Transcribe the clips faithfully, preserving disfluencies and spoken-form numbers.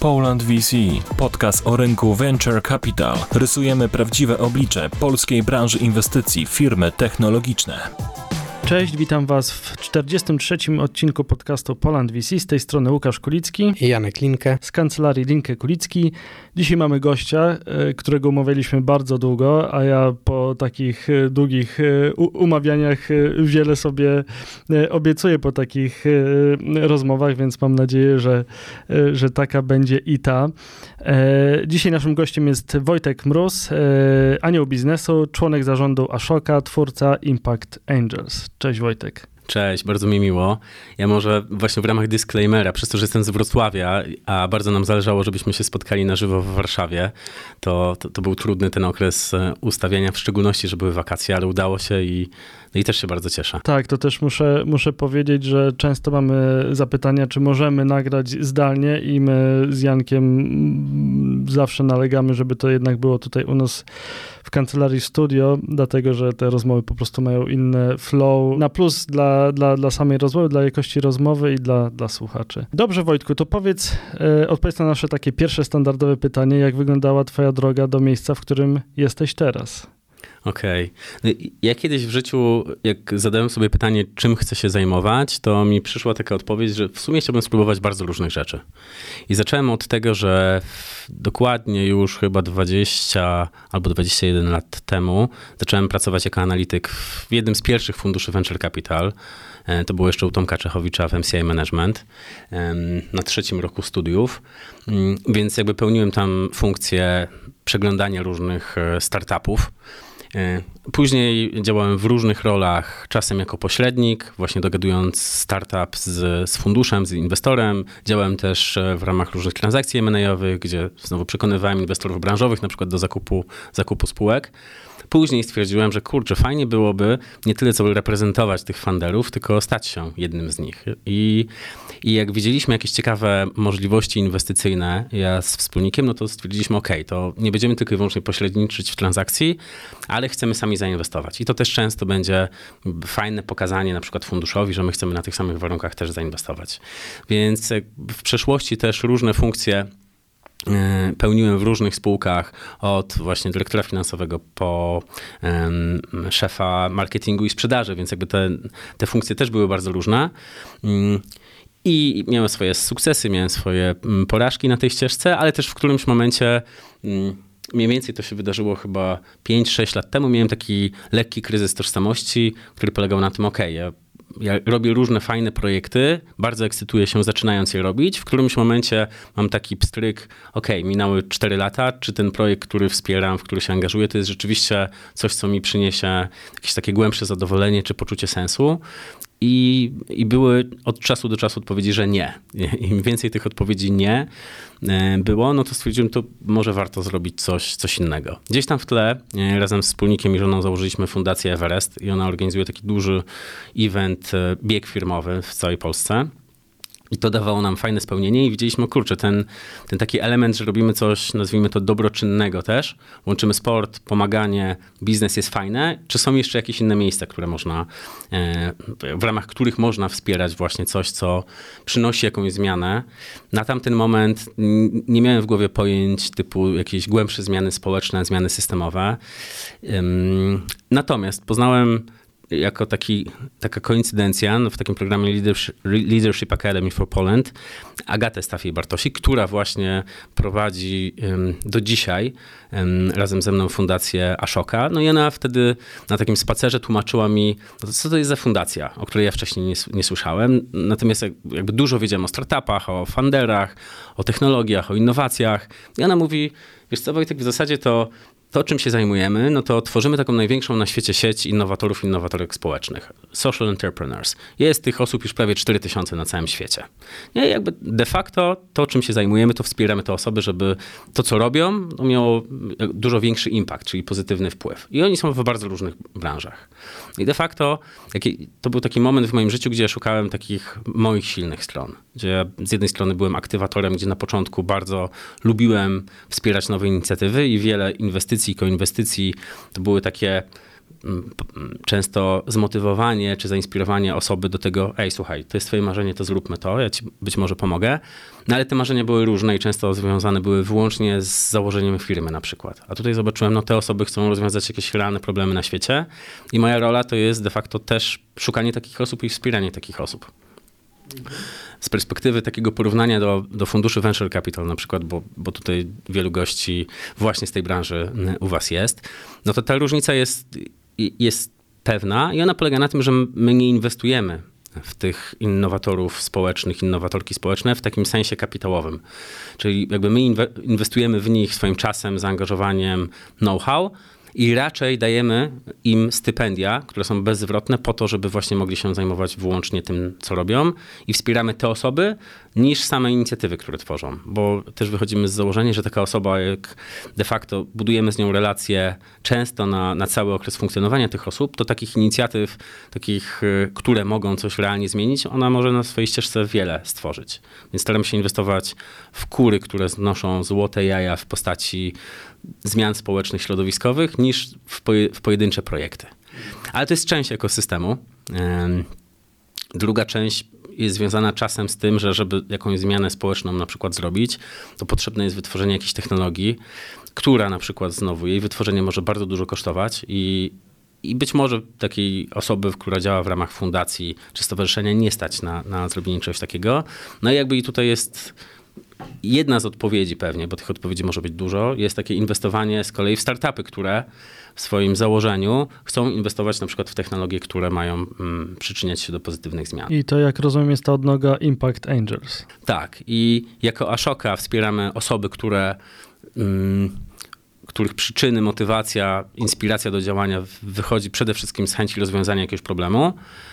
Poland V C, podcast o rynku Venture Capital. Rysujemy prawdziwe oblicze polskiej branży inwestycji w firmy technologiczne. Cześć, witam Was w czterdziestym trzecim odcinku podcastu Poland V C. Z tej strony Łukasz Kulicki i Janek Linke z kancelarii Linke Kulicki. Dzisiaj mamy gościa, którego umawialiśmy bardzo długo, a ja po takich długich umawianiach wiele sobie obiecuję po takich rozmowach, więc mam nadzieję, że, że taka będzie i ta. Dzisiaj naszym gościem jest Wojtek Mróz, anioł biznesu, członek zarządu Ashoka, twórca Impact Angels. Cześć Wojtek. Cześć, bardzo mi miło. Ja może właśnie w ramach disclaimera, przez to, że jestem z Wrocławia, a bardzo nam zależało, żebyśmy się spotkali na żywo w Warszawie, to, to, to był trudny ten okres ustawiania, w szczególności, że były wakacje, ale udało się i, no i też się bardzo cieszę. Tak, to też muszę, muszę powiedzieć, że często mamy zapytania, czy możemy nagrać zdalnie i my z Jankiem zawsze nalegamy, żeby to jednak było tutaj u nas w kancelarii studio, dlatego, że te rozmowy po prostu mają inny flow. Na plus dla, dla, dla samej rozmowy, dla jakości rozmowy i dla, dla słuchaczy. Dobrze, Wojtku, to powiedz, e, odpowiedz na nasze takie pierwsze standardowe pytanie, jak wyglądała twoja droga do miejsca, w którym jesteś teraz? Okej. Okay. Ja kiedyś w życiu, jak zadałem sobie pytanie, czym chcę się zajmować, to mi przyszła taka odpowiedź, że w sumie chciałbym spróbować bardzo różnych rzeczy. I zacząłem od tego, że dokładnie już chyba dwadzieścia albo dwadzieścia jeden lat temu zacząłem pracować jako analityk w jednym z pierwszych funduszy Venture Capital. To było jeszcze u Tomka Czechowicza w M C I Management na trzecim roku studiów, więc jakby pełniłem tam funkcję przeglądania różnych startupów. Później działałem w różnych rolach, czasem jako pośrednik, właśnie dogadując startup z, z funduszem, z inwestorem. Działałem też w ramach różnych transakcji M and A-owych, gdzie znowu przekonywałem inwestorów branżowych, na przykład do zakupu, zakupu spółek. Później stwierdziłem, że kurczę, fajnie byłoby nie tyle co reprezentować tych funderów, tylko stać się jednym z nich. I, i jak widzieliśmy jakieś ciekawe możliwości inwestycyjne, ja z wspólnikiem, no to stwierdziliśmy, ok, to nie będziemy tylko i wyłącznie pośredniczyć w transakcji, ale chcemy sami zainwestować. I to też często będzie fajne pokazanie na przykład funduszowi, że my chcemy na tych samych warunkach też zainwestować. Więc w przeszłości też różne funkcje pełniłem w różnych spółkach, od właśnie dyrektora finansowego po um, szefa marketingu i sprzedaży, więc jakby te, te funkcje też były bardzo różne. Um, I miałem swoje sukcesy, miałem swoje porażki na tej ścieżce, ale też w którymś momencie um, mniej więcej to się wydarzyło chyba pięć sześć lat temu. Miałem taki lekki kryzys tożsamości, który polegał na tym, okej, okay, ja Ja robię różne fajne projekty, bardzo ekscytuję się zaczynając je robić. W którymś momencie mam taki pstryk, okej, okay, minęły cztery lata, czy ten projekt, który wspieram, w który się angażuję, to jest rzeczywiście coś, co mi przyniesie jakieś takie głębsze zadowolenie, czy poczucie sensu. I, I były od czasu do czasu odpowiedzi, że nie. Im więcej tych odpowiedzi nie było, no to stwierdziłem, to może warto zrobić coś, coś innego. Gdzieś tam w tle razem z wspólnikiem i żoną założyliśmy Fundację Everest i ona organizuje taki duży event, bieg firmowy w całej Polsce. I to dawało nam fajne spełnienie i widzieliśmy, kurczę, ten, ten taki element, że robimy coś, nazwijmy to dobroczynnego też. Łączymy sport, pomaganie, biznes jest fajne. Czy są jeszcze jakieś inne miejsca, które można, w ramach których można wspierać właśnie coś, co przynosi jakąś zmianę? Na tamten moment nie miałem w głowie pojęć typu jakieś głębsze zmiany społeczne, zmiany systemowe. Natomiast poznałem jako taki, taka koincydencja no w takim programie Leadership, Leadership Academy for Poland Agatę Stafiej-Bartosik, która właśnie prowadzi um, do dzisiaj um, razem ze mną fundację Ashoka. No i ona wtedy na takim spacerze tłumaczyła mi, no co to jest za fundacja, o której ja wcześniej nie, nie słyszałem. Natomiast jakby dużo wiedziałem o startupach, o funderach, o technologiach, o innowacjach. I ona mówi, wiesz co, Wojtek, w zasadzie to To, czym się zajmujemy, no to tworzymy taką największą na świecie sieć innowatorów, innowatorek społecznych. Social entrepreneurs. Jest tych osób już prawie cztery tysiące na całym świecie. Nie, jakby de facto to, czym się zajmujemy, to wspieramy te osoby, żeby to, co robią, no miało dużo większy impact, czyli pozytywny wpływ. I oni są w bardzo różnych branżach. I de facto jaki, to był taki moment w moim życiu, gdzie ja szukałem takich moich silnych stron. Gdzie ja z jednej strony byłem aktywatorem, gdzie na początku bardzo lubiłem wspierać nowe inicjatywy i wiele inwestycji, koinwestycji to były takie często zmotywowanie czy zainspirowanie osoby do tego, ej, słuchaj, to jest twoje marzenie, to zróbmy to, ja ci być może pomogę. No ale te marzenia były różne i często związane były wyłącznie z założeniem firmy na przykład. A tutaj zobaczyłem, no te osoby chcą rozwiązać jakieś realne problemy na świecie i moja rola to jest de facto też szukanie takich osób i wspieranie takich osób. Z perspektywy takiego porównania do, do funduszy venture capital na przykład, bo, bo tutaj wielu gości właśnie z tej branży u was jest, no to ta różnica jest, jest pewna i ona polega na tym, że my nie inwestujemy w tych innowatorów społecznych, innowatorki społeczne w takim sensie kapitałowym. Czyli jakby my inwestujemy w nich swoim czasem, zaangażowaniem, know-how, i raczej dajemy im stypendia, które są bezzwrotne po to, żeby właśnie mogli się zajmować wyłącznie tym, co robią i wspieramy te osoby niż same inicjatywy, które tworzą. Bo też wychodzimy z założenia, że taka osoba, jak de facto budujemy z nią relacje często na, na cały okres funkcjonowania tych osób, to takich inicjatyw, takich, które mogą coś realnie zmienić, ona może na swojej ścieżce wiele stworzyć. Więc staramy się inwestować w kury, które znoszą złote jaja w postaci zmian społecznych, środowiskowych, niż w, poje, w pojedyncze projekty. Ale to jest część ekosystemu. Druga część jest związana czasem z tym, że żeby jakąś zmianę społeczną na przykład zrobić, to potrzebne jest wytworzenie jakiejś technologii, która na przykład znowu, jej wytworzenie może bardzo dużo kosztować i, i być może takiej osoby, która działa w ramach fundacji czy stowarzyszenia, nie stać na, na zrobienie czegoś takiego. No i jakby i tutaj jest jedna z odpowiedzi pewnie, bo tych odpowiedzi może być dużo, jest takie inwestowanie z kolei w startupy, które w swoim założeniu chcą inwestować na przykład w technologie, które mają mm, przyczyniać się do pozytywnych zmian. I to, jak rozumiem, jest ta odnoga Impact Angels. Tak. I jako Ashoka wspieramy osoby, które, mm, których przyczyny, motywacja, inspiracja do działania wychodzi przede wszystkim z chęci rozwiązania jakiegoś problemu.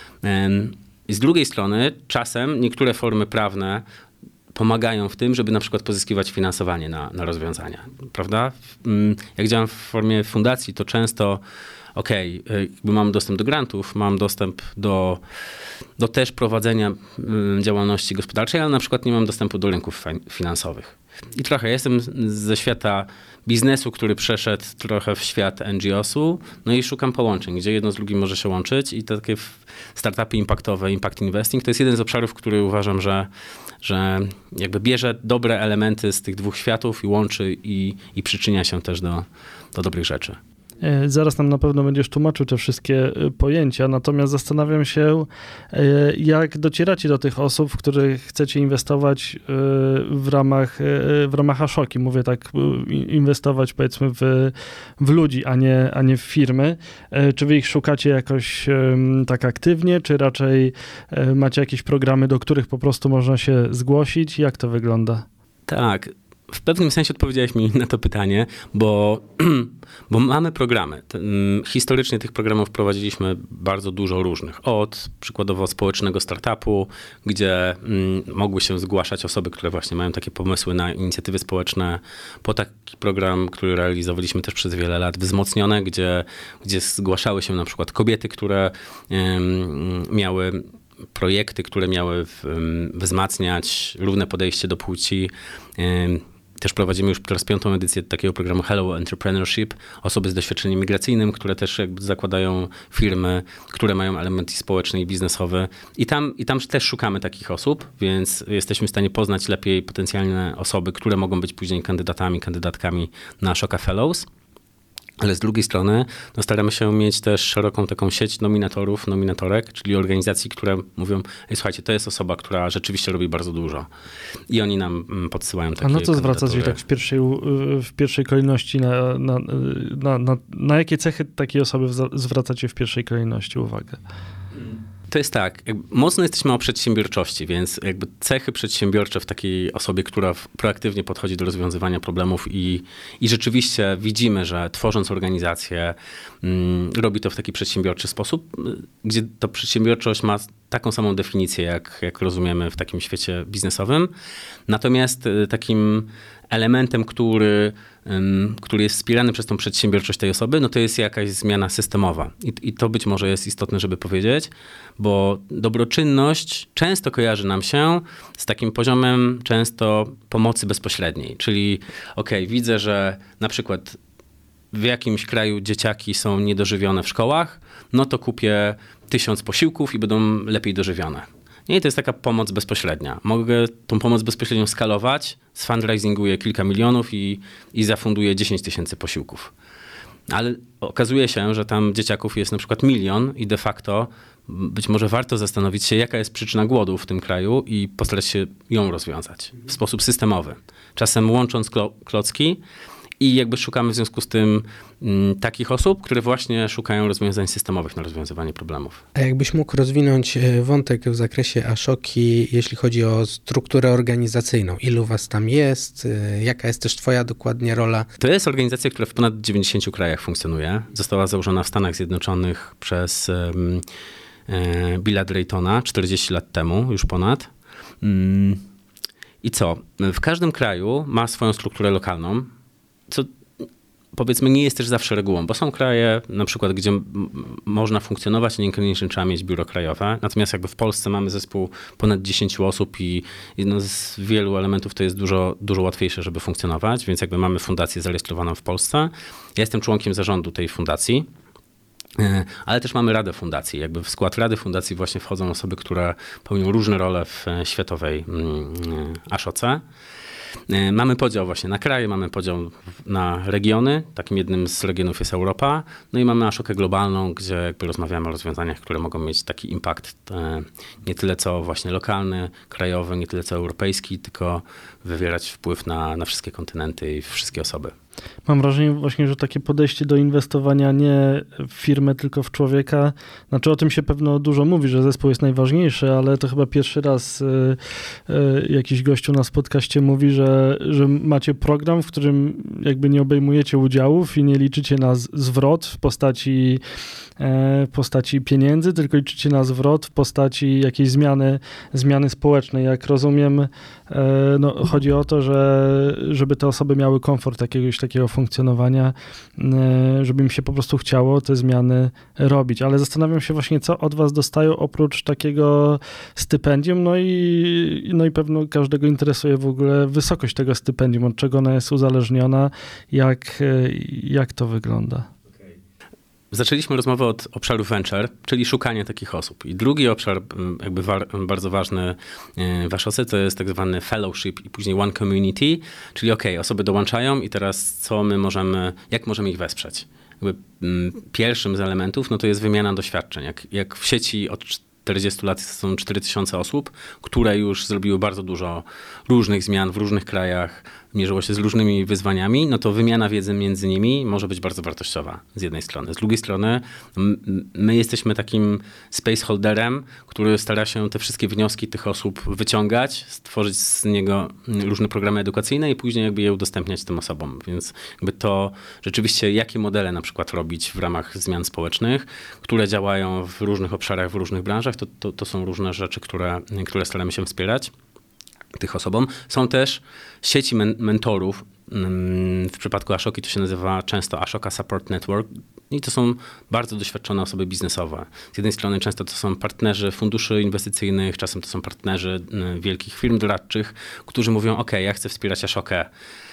I z drugiej strony czasem niektóre formy prawne pomagają w tym, żeby na przykład pozyskiwać finansowanie na, na rozwiązania, prawda? Jak działam w formie fundacji, to często okej, okay, jakby mam dostęp do grantów, mam dostęp do, do też prowadzenia działalności gospodarczej, ale na przykład nie mam dostępu do rynków finansowych. I trochę jestem ze świata biznesu, który przeszedł trochę w świat N G O S-u, no i szukam połączeń, gdzie jedno z drugim może się łączyć i takie startupy impaktowe, impact investing, to jest jeden z obszarów, który uważam, że, że jakby bierze dobre elementy z tych dwóch światów i łączy i, i przyczynia się też do, do dobrych rzeczy. Zaraz nam na pewno będziesz tłumaczył te wszystkie pojęcia, natomiast zastanawiam się, jak docieracie do tych osób, w których chcecie inwestować w ramach, w ramach Ashoki. Mówię tak, inwestować powiedzmy w, w ludzi, a nie, a nie w firmy. Czy wy ich szukacie jakoś tak aktywnie, czy raczej macie jakieś programy, do których po prostu można się zgłosić? Jak to wygląda? Tak. W pewnym sensie odpowiedziałeś mi na to pytanie, bo, bo mamy programy. Historycznie tych programów prowadziliśmy bardzo dużo różnych. Od przykładowo społecznego startupu, gdzie mm, mogły się zgłaszać osoby, które właśnie mają takie pomysły na inicjatywy społeczne, po taki program, który realizowaliśmy też przez wiele lat, wzmocnione, gdzie, gdzie zgłaszały się na przykład kobiety, które ym, miały projekty, które miały wzmacniać równe podejście do płci. Też prowadzimy już teraz piątą edycję takiego programu Hello Entrepreneurship. Osoby z doświadczeniem migracyjnym, które też jakby zakładają firmy, które mają element społeczny i biznesowy. I tam, i tam też szukamy takich osób, więc jesteśmy w stanie poznać lepiej potencjalne osoby, które mogą być później kandydatami, kandydatkami na Ashoka Fellows. Ale z drugiej strony no staramy się mieć też szeroką taką sieć nominatorów, nominatorek, czyli organizacji, które mówią, ej, słuchajcie, to jest osoba, która rzeczywiście robi bardzo dużo. I oni nam podsyłają takie A na co zwracacie tak w pierwszej, w pierwszej kolejności, na, na, na, na, na jakie cechy takiej osoby zwracacie w pierwszej kolejności uwagę? To jest tak, mocno jesteśmy o przedsiębiorczości, więc jakby cechy przedsiębiorcze w takiej osobie, która proaktywnie podchodzi do rozwiązywania problemów i, i rzeczywiście widzimy, że tworząc organizację mm, robi to w taki przedsiębiorczy sposób, gdzie ta przedsiębiorczość ma taką samą definicję, jak, jak rozumiemy w takim świecie biznesowym. Natomiast takim elementem, który, um, który jest wspierany przez tą przedsiębiorczość tej osoby, no to jest jakaś zmiana systemowa. I, I to być może jest istotne, żeby powiedzieć, bo dobroczynność często kojarzy nam się z takim poziomem często pomocy bezpośredniej. Czyli okej, okay, widzę, że na przykład w jakimś kraju dzieciaki są niedożywione w szkołach, no to kupię tysiąc posiłków i będą lepiej dożywione. I to jest taka pomoc bezpośrednia. Mogę tą pomoc bezpośrednią skalować, sfundraisinguję kilka milionów i, i zafunduję dziesięć tysięcy posiłków. Ale okazuje się, że tam dzieciaków jest na przykład milion i de facto być może warto zastanowić się, jaka jest przyczyna głodu w tym kraju i postarać się ją rozwiązać w sposób systemowy. Czasem łącząc klo- klocki i jakby szukamy w związku z tym m, takich osób, które właśnie szukają rozwiązań systemowych na rozwiązywanie problemów. A jakbyś mógł rozwinąć wątek w zakresie Ashoki, jeśli chodzi o strukturę organizacyjną? Ilu was tam jest? Jaka jest też twoja dokładnie rola? To jest organizacja, która w ponad dziewięćdziesięciu krajach funkcjonuje. Została założona w Stanach Zjednoczonych przez um, e, Billa Draytona czterdzieści lat temu, już ponad. Um, I co? W każdym kraju ma swoją strukturę lokalną, co powiedzmy nie jest też zawsze regułą, bo są kraje na przykład, gdzie m- można funkcjonować, a niekoniecznie trzeba mieć biuro krajowe. Natomiast jakby w Polsce mamy zespół ponad dziesięciu osób i no z wielu elementów to jest dużo, dużo łatwiejsze, żeby funkcjonować, więc jakby mamy fundację zarejestrowaną w Polsce. Ja jestem członkiem zarządu tej fundacji. Ale też mamy Radę Fundacji. Jakby w skład Rady Fundacji właśnie wchodzą osoby, które pełnią różne role w światowej Ashoce. Mamy podział właśnie na kraje, mamy podział na regiony. Takim jednym z regionów jest Europa. No i mamy Ashokę globalną, gdzie jakby rozmawiamy o rozwiązaniach, które mogą mieć taki impact nie tyle co właśnie lokalny, krajowy, nie tyle co europejski, tylko wywierać wpływ na, na wszystkie kontynenty i wszystkie osoby. Mam wrażenie właśnie, że takie podejście do inwestowania nie w firmę, tylko w człowieka, znaczy o tym się pewno dużo mówi, że zespół jest najważniejszy, ale to chyba pierwszy raz y, y, jakiś gościu na podcaście mówi, że, że macie program, w którym jakby nie obejmujecie udziałów i nie liczycie na z- zwrot w postaci w postaci pieniędzy, tylko liczycie na zwrot w postaci jakiejś zmiany, zmiany społecznej. Jak rozumiem, no, chodzi o to, że żeby te osoby miały komfort jakiegoś takiego funkcjonowania, żeby im się po prostu chciało te zmiany robić. Ale zastanawiam się właśnie, co od was dostają oprócz takiego stypendium, no i, no i pewno każdego interesuje w ogóle wysokość tego stypendium, od czego ona jest uzależniona, jak, jak to wygląda. Zaczęliśmy rozmowę od obszaru venture, czyli szukania takich osób. I drugi obszar, jakby wa- bardzo ważny w Ashose, to jest tak zwany fellowship i później one community, czyli okej, okay, osoby dołączają i teraz co my możemy, jak możemy ich wesprzeć? Jakby, m, pierwszym z elementów, no to jest wymiana doświadczeń. Jak, jak w sieci od czterdziestu lat są cztery tysiące osób, które już zrobiły bardzo dużo różnych zmian w różnych krajach, mierzyło się z różnymi wyzwaniami, no to wymiana wiedzy między nimi może być bardzo wartościowa z jednej strony. Z drugiej strony my jesteśmy takim spaceholderem, który stara się te wszystkie wnioski tych osób wyciągać, stworzyć z niego różne programy edukacyjne i później jakby je udostępniać tym osobom. Więc jakby to rzeczywiście, jakie modele na przykład robić w ramach zmian społecznych, które działają w różnych obszarach, w różnych branżach, to, to, to są różne rzeczy, które, które staramy się wspierać tych osobom. Są też sieci men- mentorów. W przypadku Ashoki to się nazywa często Ashoka Support Network i to są bardzo doświadczone osoby biznesowe. Z jednej strony często to są partnerzy funduszy inwestycyjnych, czasem to są partnerzy wielkich firm doradczych, którzy mówią, ok, ja chcę wspierać Ashokę.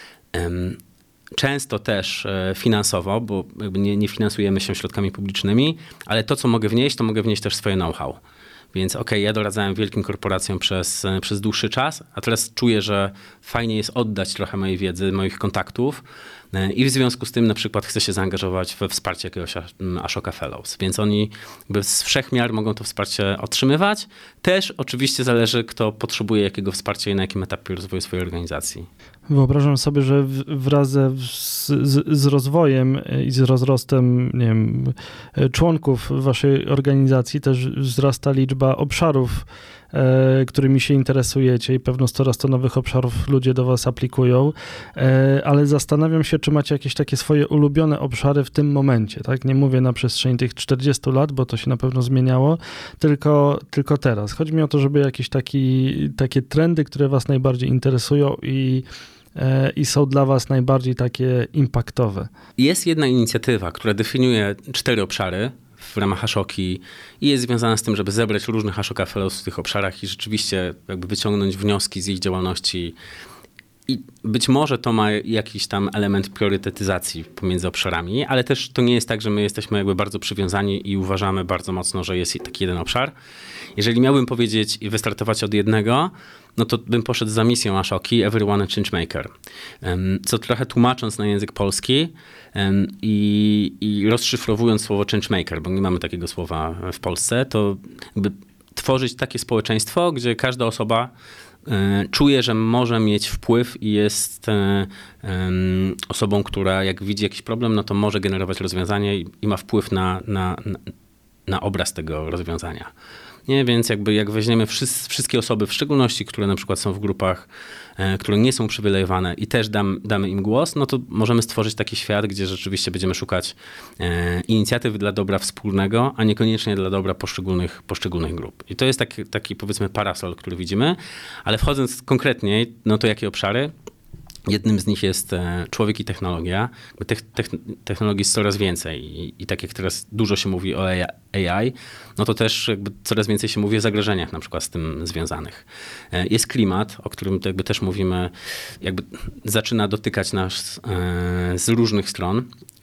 Często też finansowo, bo jakby nie, nie finansujemy się środkami publicznymi, ale to, co mogę wnieść, to mogę wnieść też swoje know-how. Więc okej, okay, ja doradzałem wielkim korporacjom przez, przez dłuższy czas, a teraz czuję, że fajnie jest oddać trochę mojej wiedzy, moich kontaktów i w związku z tym na przykład chcę się zaangażować we wsparcie jakiegoś Ashoka Fellows. Więc oni jakby z wszech miar mogą to wsparcie otrzymywać. Też oczywiście zależy, kto potrzebuje jakiego wsparcia i na jakim etapie rozwoju swojej organizacji. Wyobrażam sobie, że wraz z, z, z rozwojem i z rozrostem, nie wiem, członków waszej organizacji też wzrasta liczba obszarów, e, którymi się interesujecie i pewno coraz to nowych obszarów ludzie do was aplikują, e, ale zastanawiam się, czy macie jakieś takie swoje ulubione obszary w tym momencie, tak? Nie mówię na przestrzeni tych czterdziestu lat, bo to się na pewno zmieniało, tylko, tylko teraz. Chodzi mi o to, żeby jakieś taki, takie trendy, które was najbardziej interesują i i są dla was najbardziej takie impaktowe. Jest jedna inicjatywa, która definiuje cztery obszary w ramach Ashoki i jest związana z tym, żeby zebrać różnych Ashoka Fellows w tych obszarach i rzeczywiście jakby wyciągnąć wnioski z ich działalności I być może to ma jakiś tam element priorytetyzacji pomiędzy obszarami, ale też to nie jest tak, że my jesteśmy jakby bardzo przywiązani i uważamy bardzo mocno, że jest taki jeden obszar. Jeżeli miałbym powiedzieć i wystartować od jednego, no to bym poszedł za misją Ashoki, Everyone a Changemaker. Co trochę tłumacząc na język polski i, i rozszyfrowując słowo changemaker, bo nie mamy takiego słowa w Polsce, to jakby tworzyć takie społeczeństwo, gdzie każda osoba czuje, że może mieć wpływ i jest osobą, która jak widzi jakiś problem, no to może generować rozwiązanie i, i ma wpływ na, na, na, na obraz tego rozwiązania. Nie, więc jakby jak weźmiemy wszyscy, wszystkie osoby, w szczególności, które na przykład są w grupach, e, które nie są uprzywilejowane i też dam, damy im głos, no to możemy stworzyć taki świat, gdzie rzeczywiście będziemy szukać e, inicjatyw dla dobra wspólnego, a niekoniecznie dla dobra poszczególnych, poszczególnych grup. I to jest taki, taki powiedzmy parasol, który widzimy, ale wchodząc konkretniej, no to jakie obszary? Jednym z nich jest człowiek i technologia. Tych, technologii jest coraz więcej i, i tak jak teraz dużo się mówi o A I, no to też jakby coraz więcej się mówi o zagrożeniach na przykład z tym związanych. Jest klimat, o którym jakby też mówimy, jakby zaczyna dotykać nas z różnych stron.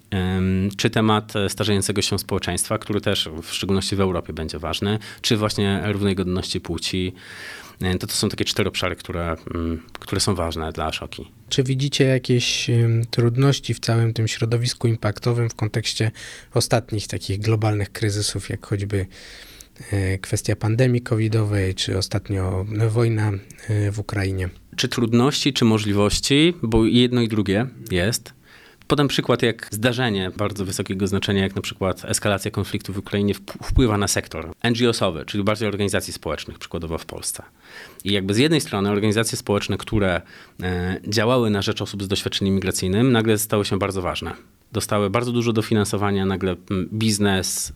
Czy temat starzejącego się społeczeństwa, który też w szczególności w Europie będzie ważny, czy właśnie równej godności płci. To to są takie cztery obszary, które, które są ważne dla Ashoki. Czy widzicie jakieś trudności w całym tym środowisku impaktowym w kontekście ostatnich takich globalnych kryzysów, jak choćby kwestia pandemii covidowej, czy ostatnio wojna w Ukrainie? Czy trudności, czy możliwości, bo jedno i drugie jest. Podam przykład, jak zdarzenie bardzo wysokiego znaczenia, jak na przykład eskalacja konfliktu w Ukrainie wpływa na sektor N G O sowy, czyli bardziej organizacji społecznych, przykładowo w Polsce. I jakby z jednej strony organizacje społeczne, które e, działały na rzecz osób z doświadczeniem migracyjnym, nagle stały się bardzo ważne. Dostały bardzo dużo dofinansowania, nagle biznes,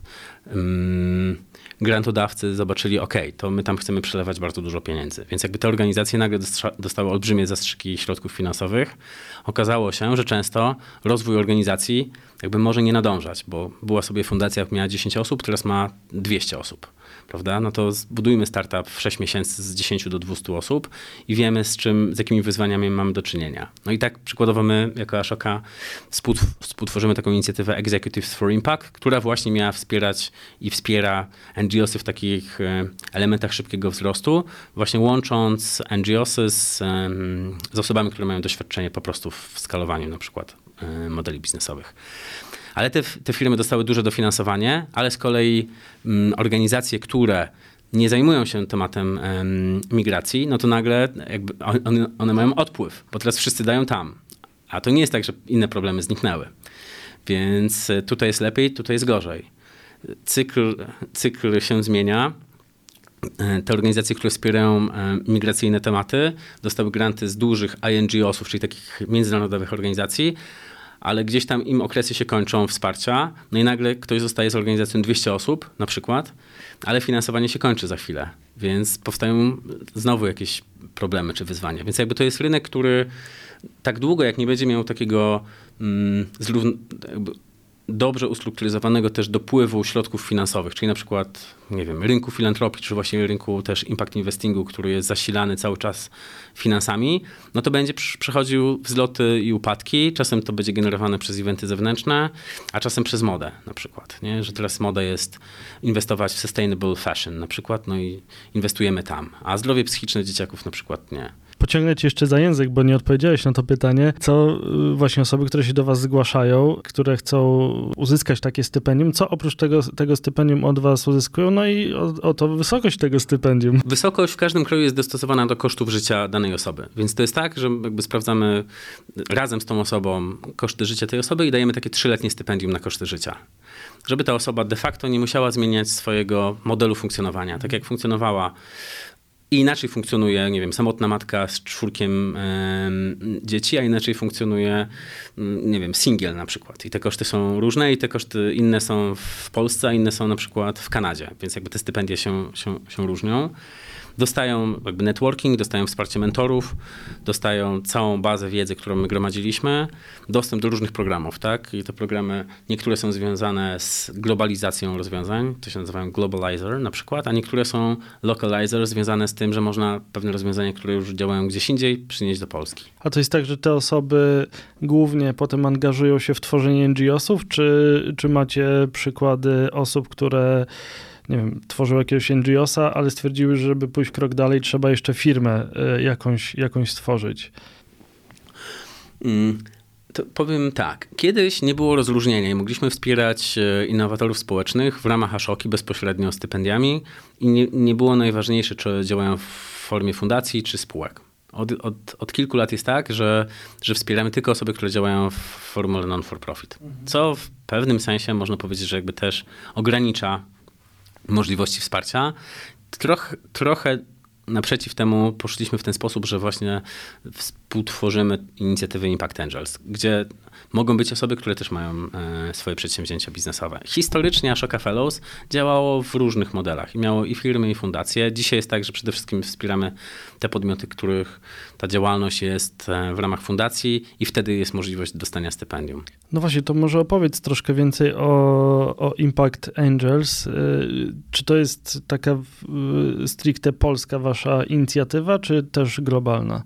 mm, grantodawcy zobaczyli, ok, to my tam chcemy przelewać bardzo dużo pieniędzy. Więc jakby te organizacje nagle dostały olbrzymie zastrzyki środków finansowych. Okazało się, że często rozwój organizacji jakby może nie nadążać, bo była sobie fundacja, miała dziesięć osób, teraz ma dwieście osób. Prawda? No to zbudujmy startup w sześć miesięcy z dziesięciu do dwustu osób i wiemy, z czym, z jakimi wyzwaniami mamy do czynienia. No i tak przykładowo my, jako Ashoka, współtworzymy taką inicjatywę Executives for Impact, która właśnie miała wspierać i wspiera N G O sy w takich elementach szybkiego wzrostu, właśnie łącząc N G O sy z, z osobami, które mają doświadczenie po prostu w skalowaniu na przykład modeli biznesowych. Ale te, te firmy dostały duże dofinansowanie, ale z kolei m, organizacje, które nie zajmują się tematem em, migracji, no to nagle jakby one, one mają odpływ, bo teraz wszyscy dają tam. A to nie jest tak, że inne problemy zniknęły. Więc tutaj jest lepiej, tutaj jest gorzej. Cykl, cykl się zmienia. Te organizacje, które wspierają migracyjne tematy, dostały granty z dużych I N G O sów, czyli takich międzynarodowych organizacji, ale gdzieś tam im okresy się kończą wsparcia, no i nagle ktoś zostaje z organizacją dwieście osób na przykład, ale finansowanie się kończy za chwilę, więc powstają znowu jakieś problemy czy wyzwania. Więc jakby to jest rynek, który tak długo jak nie będzie miał takiego mm, zrówn- jakby dobrze ustrukturyzowanego też dopływu środków finansowych, czyli na przykład, nie wiem, rynku filantropii, czy właśnie rynku też impact investingu, który jest zasilany cały czas finansami, no to będzie przechodził wzloty i upadki. Czasem to będzie generowane przez eventy zewnętrzne, a czasem przez modę na przykład, nie? Że teraz moda jest inwestować w sustainable fashion na przykład, no i inwestujemy tam, a zdrowie psychiczne dzieciaków na przykład nie. Pociągnę ci jeszcze za język, bo nie odpowiedziałeś na to pytanie. Co właśnie osoby, które się do was zgłaszają, które chcą uzyskać takie stypendium, co oprócz tego, tego stypendium od was uzyskują? No i o, o to wysokość tego stypendium. Wysokość w każdym kraju jest dostosowana do kosztów życia danej osoby. Więc to jest tak, że jakby sprawdzamy razem z tą osobą koszty życia tej osoby i dajemy takie trzyletnie stypendium na koszty życia. Żeby ta osoba de facto nie musiała zmieniać swojego modelu funkcjonowania. Tak jak funkcjonowała i inaczej funkcjonuje, nie wiem, samotna matka z czwórkiem e, dzieci, a inaczej funkcjonuje, nie wiem, singiel na przykład. I te koszty są różne i te koszty inne są w Polsce, a inne są na przykład w Kanadzie. Więc jakby te stypendia się, się, się różnią. dostają jakby networking, dostają wsparcie mentorów, dostają całą bazę wiedzy, którą my gromadziliśmy, dostęp do różnych programów, tak? I te programy, niektóre są związane z globalizacją rozwiązań, to się nazywają globalizer na przykład, a niektóre są localizer, związane z tym, że można pewne rozwiązania, które już działają gdzieś indziej, przynieść do Polski. A to jest tak, że te osoby głównie potem angażują się w tworzenie N G O sów, czy, czy macie przykłady osób, które nie wiem, tworzyły jakiegoś N G O sa, ale stwierdziły, że żeby pójść krok dalej, trzeba jeszcze firmę jakąś, jakąś stworzyć? Mm. To powiem tak, kiedyś nie było rozróżnienia i mogliśmy wspierać innowatorów społecznych w ramach Ashoki bezpośrednio stypendiami i nie, nie było najważniejsze, czy działają w formie fundacji, czy spółek. Od, od, od kilku lat jest tak, że, że wspieramy tylko osoby, które działają w formule non-for-profit, co w pewnym sensie można powiedzieć, że jakby też ogranicza możliwości wsparcia. Troch, trochę naprzeciw temu poszliśmy w ten sposób, że właśnie współtworzymy inicjatywy Impact Angels, gdzie mogą być osoby, które też mają e, swoje przedsięwzięcia biznesowe. Historycznie Ashoka Fellows działało w różnych modelach i miało i firmy, i fundacje. Dzisiaj jest tak, że przede wszystkim wspieramy te podmioty, których ta działalność jest w ramach fundacji i wtedy jest możliwość dostania stypendium. No właśnie, to może opowiedz troszkę więcej o, o Impact Angels. Czy to jest taka stricte polska wasza inicjatywa, czy też globalna?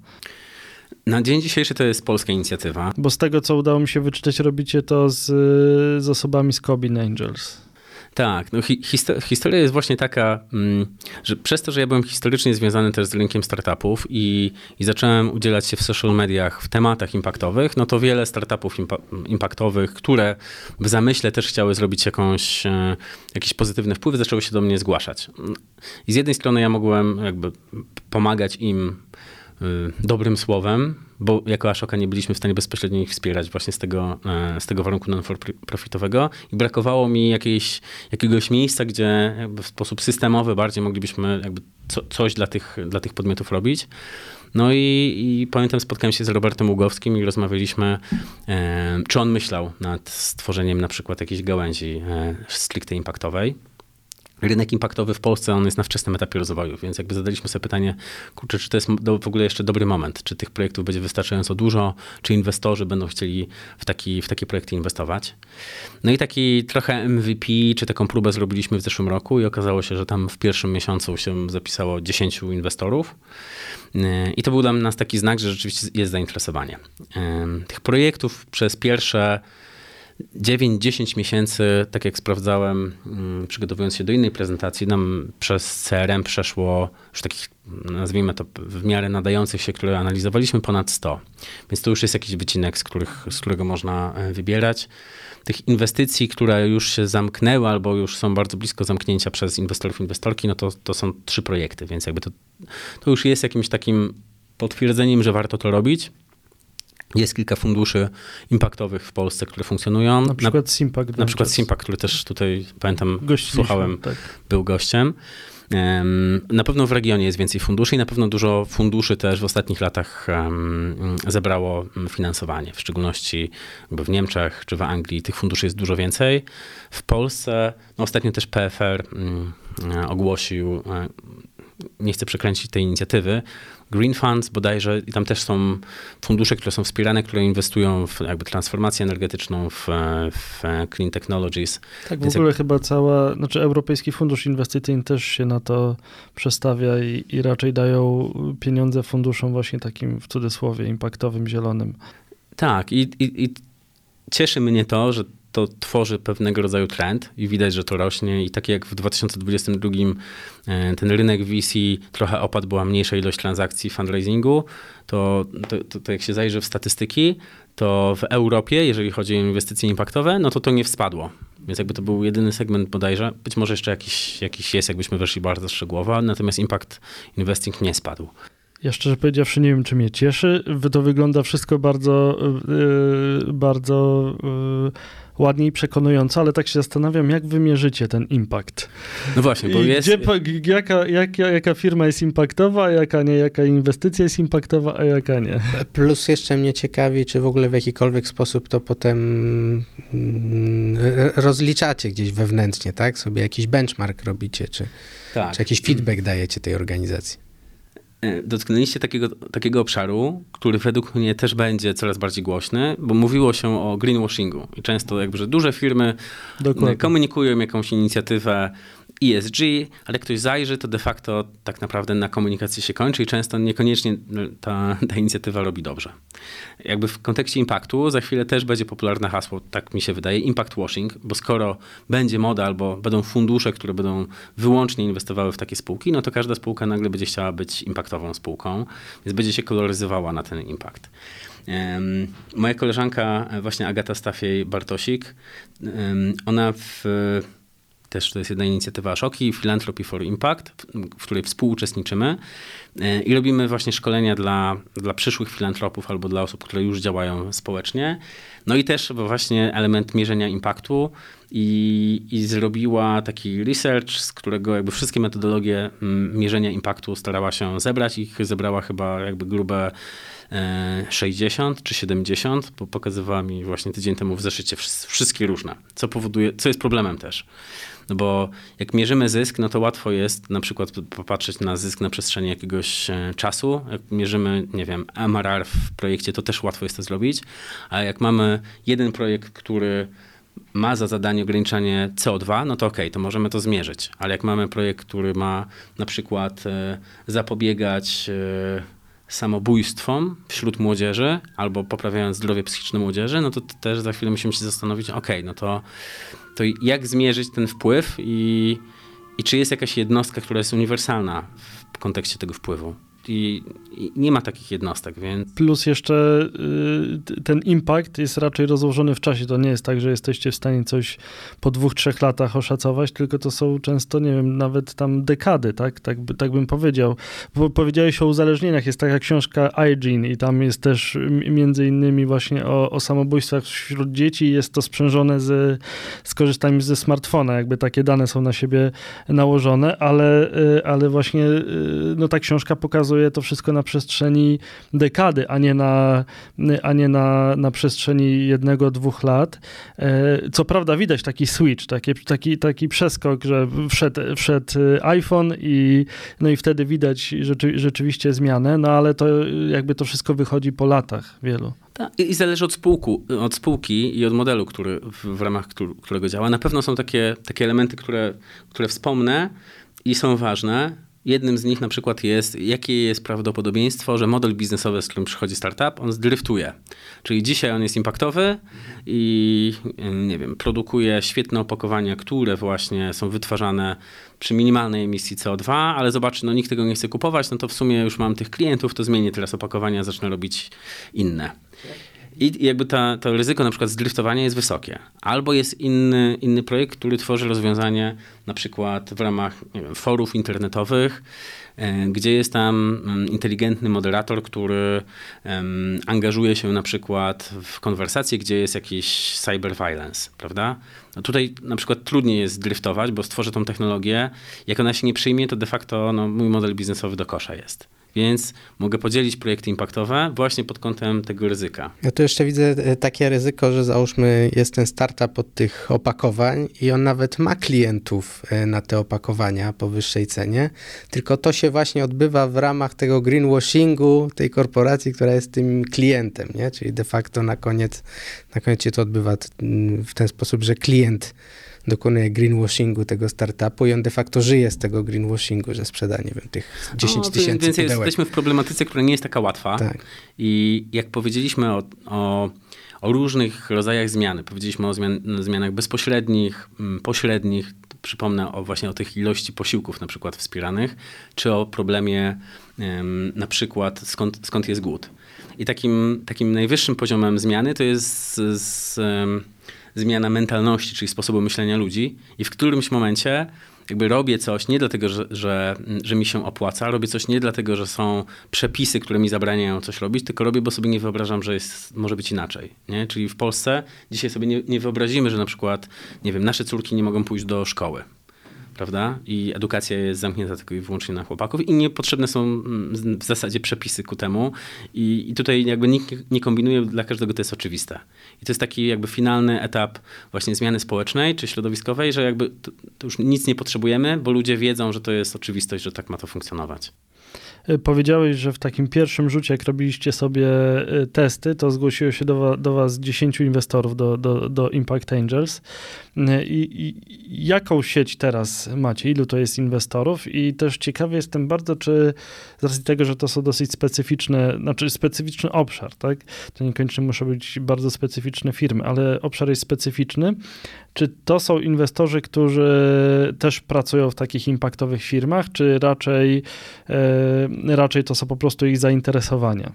Na dzień dzisiejszy to jest polska inicjatywa. Bo z tego, co udało mi się wyczytać, robicie to z, z osobami z Cobin Angels. Tak, no hi, histo- historia jest właśnie taka, mm, że przez to, że ja byłem historycznie związany też z rynkiem startupów i, i zacząłem udzielać się w social mediach w tematach impaktowych, no to wiele startupów impa- impaktowych, które w zamyśle też chciały zrobić jakąś, e, jakiś pozytywny wpływ, zaczęły się do mnie zgłaszać. I z jednej strony ja mogłem jakby pomagać im dobrym słowem, bo jako Ashoka nie byliśmy w stanie bezpośrednio ich wspierać właśnie z tego, z tego warunku non-profitowego i brakowało mi jakiejś, jakiegoś miejsca, gdzie jakby w sposób systemowy bardziej moglibyśmy jakby co, coś dla tych, dla tych podmiotów robić. No i, i pamiętam, spotkałem się z Robertem Ługowskim i rozmawialiśmy, e, czy on myślał nad stworzeniem na przykład jakiejś gałęzi e, stricte impaktowej. Rynek impaktowy w Polsce, on jest na wczesnym etapie rozwoju, więc jakby zadaliśmy sobie pytanie, kurczę, czy to jest do, w ogóle jeszcze dobry moment, czy tych projektów będzie wystarczająco dużo, czy inwestorzy będą chcieli w, taki, w takie projekty inwestować. No i taki trochę M V P, czy taką próbę zrobiliśmy w zeszłym roku i okazało się, że tam w pierwszym miesiącu się zapisało dziesięciu inwestorów i to był dla nas taki znak, że rzeczywiście jest zainteresowanie. Tych projektów przez pierwsze dziewięć dziesięć miesięcy, tak jak sprawdzałem, przygotowując się do innej prezentacji, nam przez C R M przeszło już takich, nazwijmy to, w miarę nadających się, które analizowaliśmy, ponad sto. Więc to już jest jakiś wycinek, z, których, z którego można wybierać. Tych inwestycji, które już się zamknęły albo już są bardzo blisko zamknięcia przez inwestorów, inwestorki, no to, to są trzy projekty, więc jakby to, to już jest jakimś takim potwierdzeniem, że warto to robić. Jest kilka funduszy impaktowych w Polsce, które funkcjonują. Na przykład Simpact. Na przykład Simpact, który też tutaj, pamiętam, Gościliśmy, słuchałem, tak. Był gościem. Na pewno w regionie jest więcej funduszy i na pewno dużo funduszy też w ostatnich latach zebrało finansowanie, w szczególności w Niemczech czy w Anglii. Tych funduszy jest dużo więcej. W Polsce, no ostatnio też P F R ogłosił, nie chcę przekręcić tej inicjatywy, Green Funds bodajże i tam też są fundusze, które są wspierane, które inwestują w jakby transformację energetyczną, w, w clean technologies. Tak, w Więc ogóle jak... chyba cała, znaczy Europejski Fundusz Inwestycyjny też się na to przestawia i, i raczej dają pieniądze funduszom właśnie takim w cudzysłowie impaktowym, zielonym. Tak i, i, i cieszy mnie to, że to tworzy pewnego rodzaju trend i widać, że to rośnie i tak jak w dwa tysiące dwudziestym drugim ten rynek V C trochę opadł, była mniejsza ilość transakcji fundraisingu, to, to, to, to jak się zajrzy w statystyki, to w Europie, jeżeli chodzi o inwestycje impaktowe, no to to nie wspadło. Więc jakby to był jedyny segment bodajże, być może jeszcze jakiś, jakiś jest, jakbyśmy weszli bardzo szczegółowo, natomiast impact investing nie spadł. Ja szczerze powiedziawszy nie wiem, czy mnie cieszy. To wygląda wszystko bardzo, yy, bardzo yy, ładnie i przekonująco, ale tak się zastanawiam, jak wy mierzycie ten impact. No właśnie, bo I jest... Gdzie, jaka, jaka, jaka firma jest impaktowa, a jaka nie, jaka inwestycja jest impaktowa, a jaka nie. Plus jeszcze mnie ciekawi, czy w ogóle w jakikolwiek sposób to potem rozliczacie gdzieś wewnętrznie, tak? Sobie jakiś benchmark robicie, czy... Tak. Czy jakiś feedback dajecie tej organizacji? Dotknęliście takiego, takiego obszaru, który według mnie też będzie coraz bardziej głośny, bo mówiło się o greenwashingu i często jakby, że duże firmy Dokładnie. komunikują jakąś inicjatywę E S G, ale jak ktoś zajrzy, to de facto tak naprawdę na komunikacji się kończy i często niekoniecznie ta, ta inicjatywa robi dobrze. Jakby w kontekście impaktu za chwilę też będzie popularne hasło, tak mi się wydaje, impact washing, bo skoro będzie moda albo będą fundusze, które będą wyłącznie inwestowały w takie spółki, no to każda spółka nagle będzie chciała być impactową spółką, więc będzie się koloryzowała na ten impact. Um, moja koleżanka właśnie Agata Stafiej-Bartosik, um, ona w też to jest jedna inicjatywa Ashoki, Philanthropy for Impact, w której współuczestniczymy i robimy właśnie szkolenia dla, dla przyszłych filantropów albo dla osób, które już działają społecznie. No i też właśnie element mierzenia impaktu i, i zrobiła taki research, z którego jakby wszystkie metodologie mierzenia impaktu starała się zebrać. Ich zebrała chyba jakby grube sześćdziesiąt czy siedemdziesiąt, bo pokazywała mi właśnie tydzień temu w zeszycie wszystkie różne, co powoduje, co jest problemem też. No bo jak mierzymy zysk, no to łatwo jest na przykład popatrzeć na zysk na przestrzeni jakiegoś czasu. Jak mierzymy, nie wiem, M R R w projekcie, to też łatwo jest to zrobić, a jak mamy jeden projekt, który ma za zadanie ograniczanie C O dwa, no to okej, okay, to możemy to zmierzyć. Ale jak mamy projekt, który ma na przykład zapobiegać samobójstwom wśród młodzieży albo poprawiając zdrowie psychiczne młodzieży, no to też za chwilę musimy się zastanowić, okej, okay, no to, to jak zmierzyć ten wpływ i, i czy jest jakaś jednostka, która jest uniwersalna w kontekście tego wpływu. I, I nie ma takich jednostek, więc... Plus jeszcze y, ten impact jest raczej rozłożony w czasie. To nie jest tak, że jesteście w stanie coś po dwóch, trzech latach oszacować, tylko to są często, nie wiem, nawet tam dekady, tak? Tak, by, tak bym powiedział. Bo powiedziałeś o uzależnieniach. Jest taka książka iGene i tam jest też między innymi właśnie o, o samobójstwach wśród dzieci. Jest to sprzężone z, z korzystaniem ze smartfona. Jakby takie dane są na siebie nałożone, ale, y, ale właśnie y, no ta książka pokazuje to wszystko na przestrzeni dekady, a nie na, a nie na, na przestrzeni jednego, dwóch lat. Co prawda widać taki switch, taki, taki, taki przeskok, że wszedł, wszedł iPhone i, no i wtedy widać rzeczy, rzeczywiście zmianę, no ale to jakby to wszystko wychodzi po latach wielu. I zależy od, spółku, od spółki i od modelu, który, w, w ramach którego działa. Na pewno są takie, takie elementy, które, które wspomnę i są ważne. Jednym z nich na przykład jest, jakie jest prawdopodobieństwo, że model biznesowy, z którym przychodzi startup, on zdryftuje. Czyli dzisiaj on jest impaktowy i nie wiem, produkuje świetne opakowania, które właśnie są wytwarzane przy minimalnej emisji C O dwa, ale zobaczy, no nikt tego nie chce kupować, no to w sumie już mam tych klientów, to zmienię teraz opakowania, zacznę robić inne. I jakby ta, to ryzyko na przykład zdriftowania jest wysokie. Albo jest inny, inny projekt, który tworzy rozwiązanie na przykład w ramach nie wiem, forów internetowych, e, gdzie jest tam um, inteligentny moderator, który um, angażuje się na przykład w konwersację, gdzie jest jakiś cyber violence, prawda? No tutaj na przykład trudniej jest driftować, bo stworzę tą technologię. Jak ona się nie przyjmie, to de facto no, mój model biznesowy do kosza jest. Więc mogę podzielić projekty impaktowe właśnie pod kątem tego ryzyka. Ja tu jeszcze widzę takie ryzyko, że załóżmy jest ten startup od tych opakowań i on nawet ma klientów na te opakowania po wyższej cenie, tylko to się właśnie odbywa w ramach tego greenwashingu tej korporacji, która jest tym klientem, nie? Czyli de facto na koniec, na koniec się to odbywa w ten sposób, że klient dokonuje greenwashingu tego startupu i on de facto żyje z tego greenwashingu, że sprzeda, nie wiem, tych dziesięć tysięcy Więc pudełek. Jesteśmy w problematyce, która nie jest taka łatwa. Tak. I jak powiedzieliśmy o, o, o różnych rodzajach zmiany, powiedzieliśmy o zmian, zmianach bezpośrednich, pośrednich, przypomnę o właśnie o tych ilości posiłków na przykład wspieranych, czy o problemie um, na przykład skąd, skąd jest głód. I takim, takim najwyższym poziomem zmiany to jest z, z, um, zmiana mentalności, czyli sposobu myślenia ludzi i w którymś momencie jakby robię coś nie dlatego, że, że, że mi się opłaca, robię coś nie dlatego, że są przepisy, które mi zabraniają coś robić, tylko robię, bo sobie nie wyobrażam, że jest, może być inaczej. Nie? Czyli w Polsce dzisiaj sobie nie, nie wyobrazimy, że na przykład, nie wiem, nasze córki nie mogą pójść do szkoły. prawda? I edukacja jest zamknięta tylko i wyłącznie na chłopaków i niepotrzebne są w zasadzie przepisy ku temu. I, i tutaj jakby nikt nie kombinuje, dla każdego to jest oczywiste. I to jest taki jakby finalny etap właśnie zmiany społecznej czy środowiskowej, że jakby to, to już nic nie potrzebujemy, bo ludzie wiedzą, że to jest oczywistość, że tak ma to funkcjonować. Powiedziałeś, że w takim pierwszym rzucie, jak robiliście sobie testy, to zgłosiło się do, do was dziesięciu inwestorów do, do, do Impact Angels. I, I jaką sieć teraz macie? Ilu to jest inwestorów? I też ciekawy jestem bardzo, czy z racji tego, że to są dosyć specyficzne, znaczy specyficzny obszar, tak? To niekoniecznie muszą być bardzo specyficzne firmy, ale obszar jest specyficzny. Czy to są inwestorzy, którzy też pracują w takich impaktowych firmach, czy raczej e, raczej to są po prostu ich zainteresowania?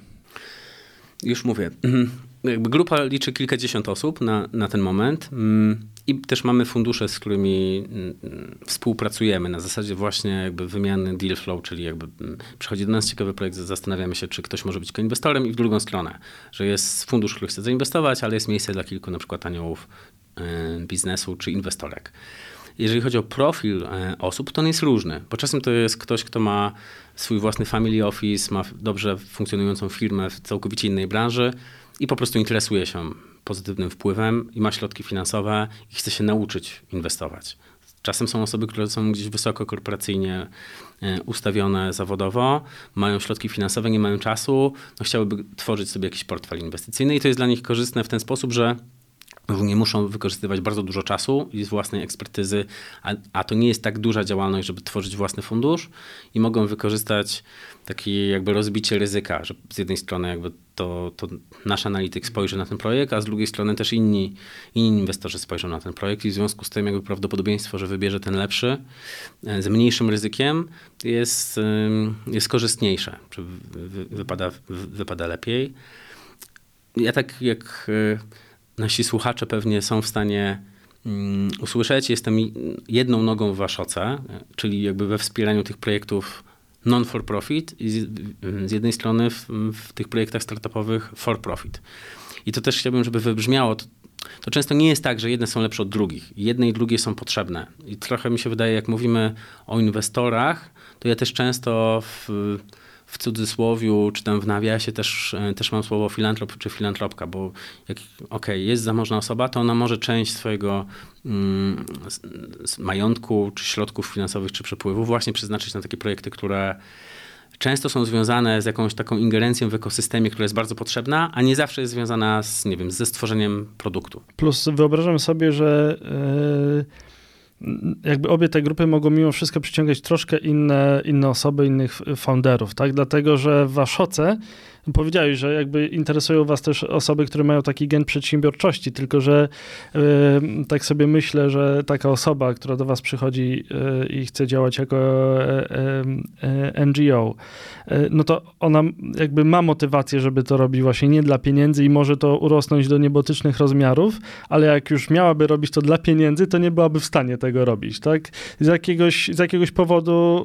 Już mówię. Jakby grupa liczy kilkadziesiąt osób na, na ten moment i też mamy fundusze, z którymi współpracujemy na zasadzie właśnie jakby wymiany deal flow, czyli jakby przychodzi do nas ciekawy projekt, zastanawiamy się, czy ktoś może być koinwestorem i w drugą stronę, że jest fundusz, który chce zainwestować, ale jest miejsce dla kilku na przykład aniołów biznesu czy inwestorek. Jeżeli chodzi o profil osób, to on jest różny, bo czasem to jest ktoś, kto ma swój własny family office, ma dobrze funkcjonującą firmę w całkowicie innej branży i po prostu interesuje się pozytywnym wpływem i ma środki finansowe i chce się nauczyć inwestować. Czasem są osoby, które są gdzieś wysoko korporacyjnie ustawione zawodowo, mają środki finansowe, nie mają czasu, no chciałyby tworzyć sobie jakiś portfel inwestycyjny i to jest dla nich korzystne w ten sposób, że nie muszą wykorzystywać bardzo dużo czasu i z własnej ekspertyzy, a, a to nie jest tak duża działalność, żeby tworzyć własny fundusz i mogą wykorzystać takie jakby rozbicie ryzyka, że z jednej strony jakby to, to nasz analityk spojrzy na ten projekt, a z drugiej strony też inni, inni inwestorzy spojrzą na ten projekt i w związku z tym jakby prawdopodobieństwo, że wybierze ten lepszy z mniejszym ryzykiem jest, jest korzystniejsze, czy wypada, wypada lepiej. Ja tak jak nasi słuchacze pewnie są w stanie um, usłyszeć, jestem jedną nogą w Waszoce, czyli jakby we wspieraniu tych projektów non-for-profit i z, z jednej strony w, w tych projektach startupowych for-profit. I to też chciałbym, żeby wybrzmiało. To, to często nie jest tak, że jedne są lepsze od drugich. Jedne i drugie są potrzebne. I trochę mi się wydaje, jak mówimy o inwestorach, to ja też często w w cudzysłowiu, czy tam w nawiasie też, też mam słowo filantrop czy filantropka, bo jak okej, jest zamożna osoba, to ona może część swojego mm, z, z majątku, czy środków finansowych, czy przepływów właśnie przeznaczyć na takie projekty, które często są związane z jakąś taką ingerencją w ekosystemie, która jest bardzo potrzebna, a nie zawsze jest związana z, nie wiem, ze stworzeniem produktu. Plus wyobrażam sobie, że yy... jakby obie te grupy mogą mimo wszystko przyciągać troszkę inne, inne osoby, innych founderów, tak? Dlatego, że w Waszoce powiedziałeś, że jakby interesują was też osoby, które mają taki gen przedsiębiorczości, tylko że yy, tak sobie myślę, że taka osoba, która do was przychodzi yy, i chce działać jako yy, yy, N G O, yy, no to ona jakby ma motywację, żeby to robić właśnie nie dla pieniędzy i może to urosnąć do niebotycznych rozmiarów, ale jak już miałaby robić to dla pieniędzy, to nie byłaby w stanie tego robić, tak? Z jakiegoś, z jakiegoś powodu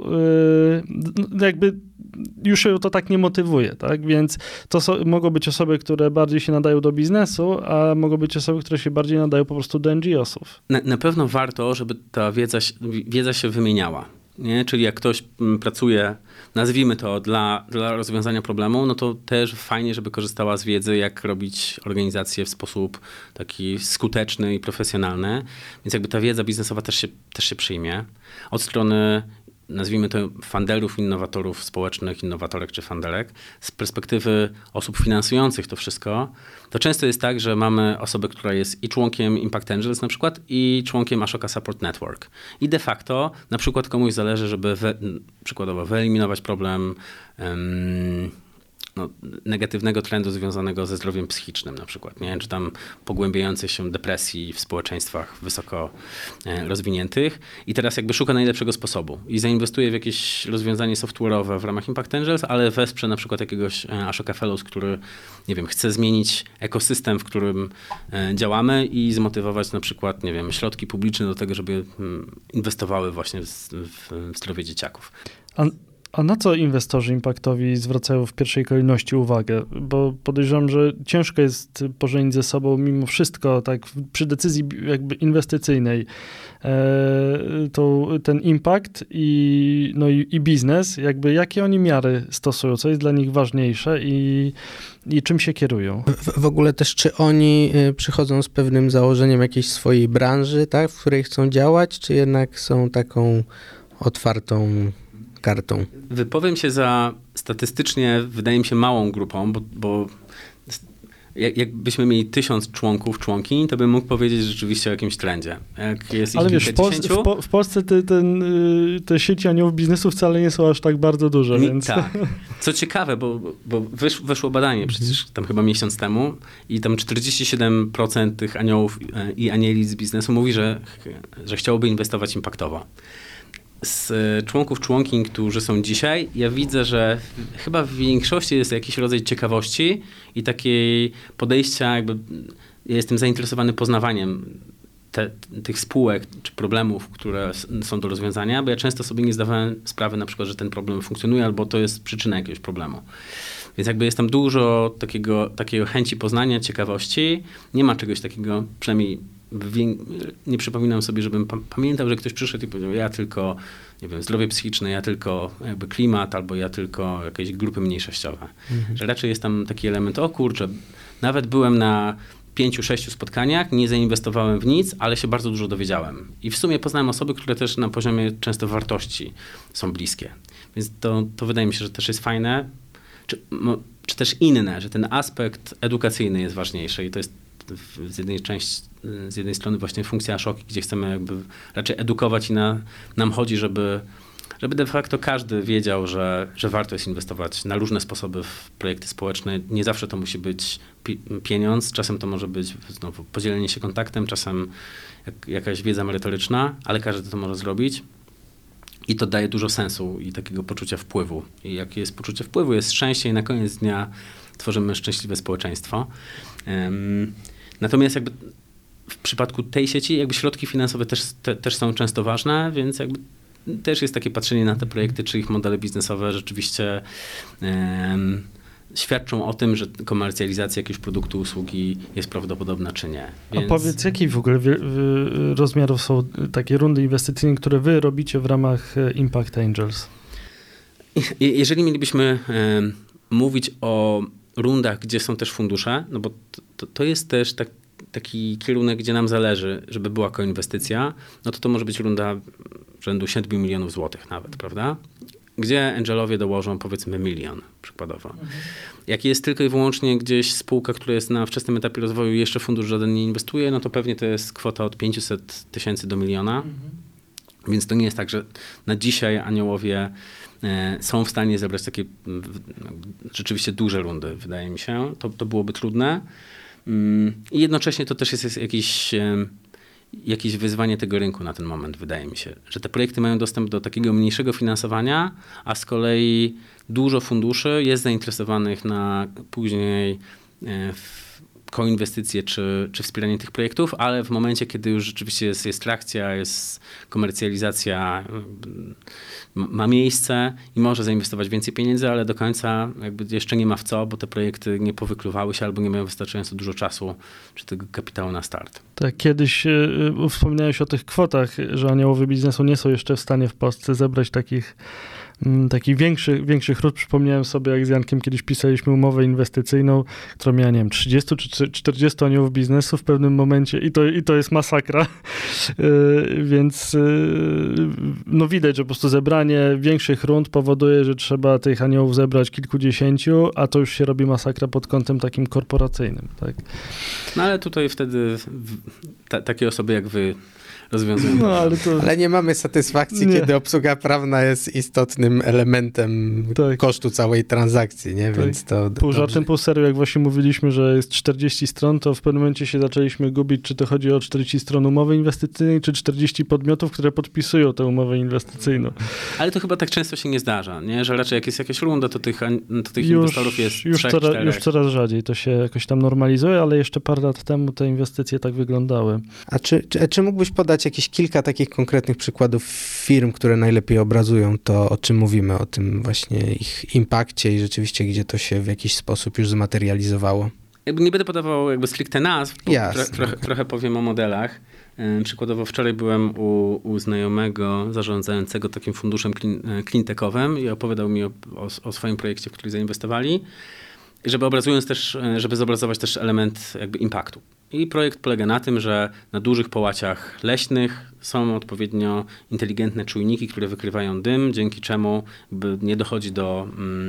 yy, jakby już ją to tak nie motywuje, tak? Więc to so, mogą być osoby, które bardziej się nadają do biznesu, a mogą być osoby, które się bardziej nadają po prostu do N G O-sów. Na, na pewno warto, żeby ta wiedza, wiedza się wymieniała. Nie? Czyli jak ktoś pracuje, nazwijmy to, dla, dla rozwiązania problemu, no to też fajnie, żeby korzystała z wiedzy, jak robić organizację w sposób taki skuteczny i profesjonalny. Więc jakby ta wiedza biznesowa też się, też się przyjmie. Od strony, nazwijmy to, funderów, innowatorów społecznych, innowatorek czy funderek, z perspektywy osób finansujących to wszystko, to często jest tak, że mamy osobę, która jest i członkiem Impact Angels na przykład i członkiem Ashoka Support Network. I de facto na przykład komuś zależy, żeby we, przykładowo wyeliminować problem um, no, negatywnego trendu związanego ze zdrowiem psychicznym na przykład, nie? Czy tam pogłębiającej się depresji w społeczeństwach wysoko rozwiniętych i teraz jakby szuka najlepszego sposobu i zainwestuje w jakieś rozwiązanie software'owe w ramach Impact Angels, ale wesprze na przykład jakiegoś Ashoka Fellows, który, nie wiem, chce zmienić ekosystem, w którym działamy i zmotywować na przykład, nie wiem, środki publiczne do tego, żeby inwestowały właśnie w, w, w zdrowie dzieciaków. A... A na co inwestorzy impaktowi zwracają w pierwszej kolejności uwagę? Bo podejrzewam, że ciężko jest pożenić ze sobą mimo wszystko, tak przy decyzji jakby inwestycyjnej, e, to ten impact i, no i, i biznes, jakby jakie oni miary stosują, co jest dla nich ważniejsze i, i czym się kierują? W, w ogóle też, czy oni przychodzą z pewnym założeniem jakiejś swojej branży, tak, w której chcą działać, czy jednak są taką otwartą kartą? Wypowiem się za statystycznie, wydaje mi się, małą grupą, bo, bo jak, jakbyśmy mieli tysiąc członków, członkiń, to bym mógł powiedzieć rzeczywiście o jakimś trendzie. Jak jest Ale wiesz, w, Pol- w, po- w Polsce te, ten, te sieci aniołów biznesu wcale nie są aż tak bardzo duże, nie, więc... Tak. Co ciekawe, bo, bo wysz, wyszło badanie przecież tam chyba miesiąc temu i tam czterdzieści siedem procent tych aniołów i anieli z biznesu mówi, że, że chciałoby inwestować impaktowo. Z członków, członkiń, którzy są dzisiaj, ja widzę, że chyba w większości jest jakiś rodzaj ciekawości i takiej podejścia, jakby ja jestem zainteresowany poznawaniem te, tych spółek czy problemów, które są do rozwiązania, bo ja często sobie nie zdawałem sprawy na przykład, że ten problem funkcjonuje albo to jest przyczyna jakiegoś problemu. Więc jakby jest tam dużo takiego, takiego chęci poznania, ciekawości. Nie ma czegoś takiego, przynajmniej nie przypominam sobie, żebym pamiętał, że ktoś przyszedł i powiedział, ja tylko, nie wiem, zdrowie psychiczne, ja tylko jakby klimat, albo ja tylko jakieś grupy mniejszościowe. Mhm. Że raczej jest tam taki element, o kurczę, nawet byłem na pięciu, sześciu spotkaniach, nie zainwestowałem w nic, ale się bardzo dużo dowiedziałem. I w sumie poznałem osoby, które też na poziomie często wartości są bliskie. Więc to, to wydaje mi się, że też jest fajne, czy, no, czy też inne, że ten aspekt edukacyjny jest ważniejszy i to jest z jednej części, z jednej strony właśnie funkcja szoki, gdzie chcemy jakby raczej edukować i na, nam chodzi, żeby, żeby de facto każdy wiedział, że, że warto jest inwestować na różne sposoby w projekty społeczne. Nie zawsze to musi być pi- pieniądz, czasem to może być znowu podzielenie się kontaktem, czasem jak, jakaś wiedza merytoryczna, ale każdy to może zrobić. I to daje dużo sensu i takiego poczucia wpływu. I jak jest poczucie wpływu, jest szczęście i na koniec dnia tworzymy szczęśliwe społeczeństwo. Um, natomiast jakby w przypadku tej sieci jakby środki finansowe też, te, też są często ważne, więc jakby też jest takie patrzenie na te projekty, czy ich modele biznesowe rzeczywiście um, świadczą o tym, że komercjalizacja jakiegoś produktu, usługi jest prawdopodobna, czy nie. Więc... A powiedz, jakich w ogóle wi- wi- rozmiarów są takie rundy inwestycyjne, które wy robicie w ramach Impact Angels? Jeżeli mielibyśmy um, mówić o rundach, gdzie są też fundusze, no bo to, to jest też tak, taki kierunek, gdzie nam zależy, żeby była koinwestycja, no to to może być runda rzędu siedmiu milionów złotych nawet, prawda? Gdzie angelowie dołożą powiedzmy milion przykładowo. Mhm. Jak jest tylko i wyłącznie gdzieś spółka, która jest na wczesnym etapie rozwoju i jeszcze fundusz żaden nie inwestuje, no to pewnie to jest kwota od pięćset tysięcy do miliona. Mhm. Więc to nie jest tak, że na dzisiaj aniołowie e, są w stanie zebrać takie no, rzeczywiście duże rundy, wydaje mi się. To, to byłoby trudne. Mm, I jednocześnie to też jest, jest jakiś, e, jakieś wyzwanie tego rynku na ten moment, wydaje mi się. Że te projekty mają dostęp do takiego mniejszego finansowania, a z kolei dużo funduszy jest zainteresowanych na później e, w koinwestycje czy, czy wspieranie tych projektów, ale w momencie, kiedy już rzeczywiście jest, jest trakcja, jest komercjalizacja, ma miejsce i może zainwestować więcej pieniędzy, ale do końca jakby jeszcze nie ma w co, bo te projekty nie powykluwały się albo nie mają wystarczająco dużo czasu czy tego kapitału na start. Tak, kiedyś y, wspominałeś o tych kwotach, że aniołowie biznesu nie są jeszcze w stanie w Polsce zebrać takich takich większych, większych rund. Przypomniałem sobie, jak z Jankiem kiedyś pisaliśmy umowę inwestycyjną, która miała, nie wiem, trzydzieści czy czterdzieści aniołów biznesu w pewnym momencie i to, i to jest masakra. Yy, więc yy, no widać, że po prostu zebranie większych rund powoduje, że trzeba tych aniołów zebrać kilkudziesięciu, a to już się robi masakra pod kątem takim korporacyjnym. Tak? No ale tutaj wtedy ta, takie osoby jak wy rozwiązują. No, ale, to... ale nie mamy satysfakcji, nie. Kiedy obsługa prawna jest istotnym elementem tak. kosztu całej transakcji, nie? Tak. Więc to pół żartem, pół serio, jak właśnie mówiliśmy, że jest czterdzieści stron, to w pewnym momencie się zaczęliśmy gubić, czy to chodzi o czterdzieści stron umowy inwestycyjnej, czy czterdzieści podmiotów, które podpisują tę umowę inwestycyjną. Ale to chyba tak często się nie zdarza, nie? Że raczej jak jest jakaś runda, to tych, to tych już, inwestorów jest już trzech, coraz, czterech. Już coraz rzadziej to się jakoś tam normalizuje, ale jeszcze parę lat temu te inwestycje tak wyglądały. A czy, czy, czy mógłbyś podać jakieś kilka takich konkretnych przykładów firm, które najlepiej obrazują to, o czym czy mówimy o tym właśnie ich impakcie i rzeczywiście gdzie to się w jakiś sposób już zmaterializowało. Jakby nie będę podawał jakby stricte nazw, Jasne, tro, trochę, okay. trochę powiem o modelach. Przykładowo wczoraj byłem u, u znajomego zarządzającego takim funduszem cleantechowym i opowiadał mi o, o, o swoim projekcie, w który zainwestowali, żeby obrazując też, żeby zobrazować też element jakby impaktu. I projekt polega na tym, że na dużych połaciach leśnych są odpowiednio inteligentne czujniki, które wykrywają dym, dzięki czemu jakby nie dochodzi do,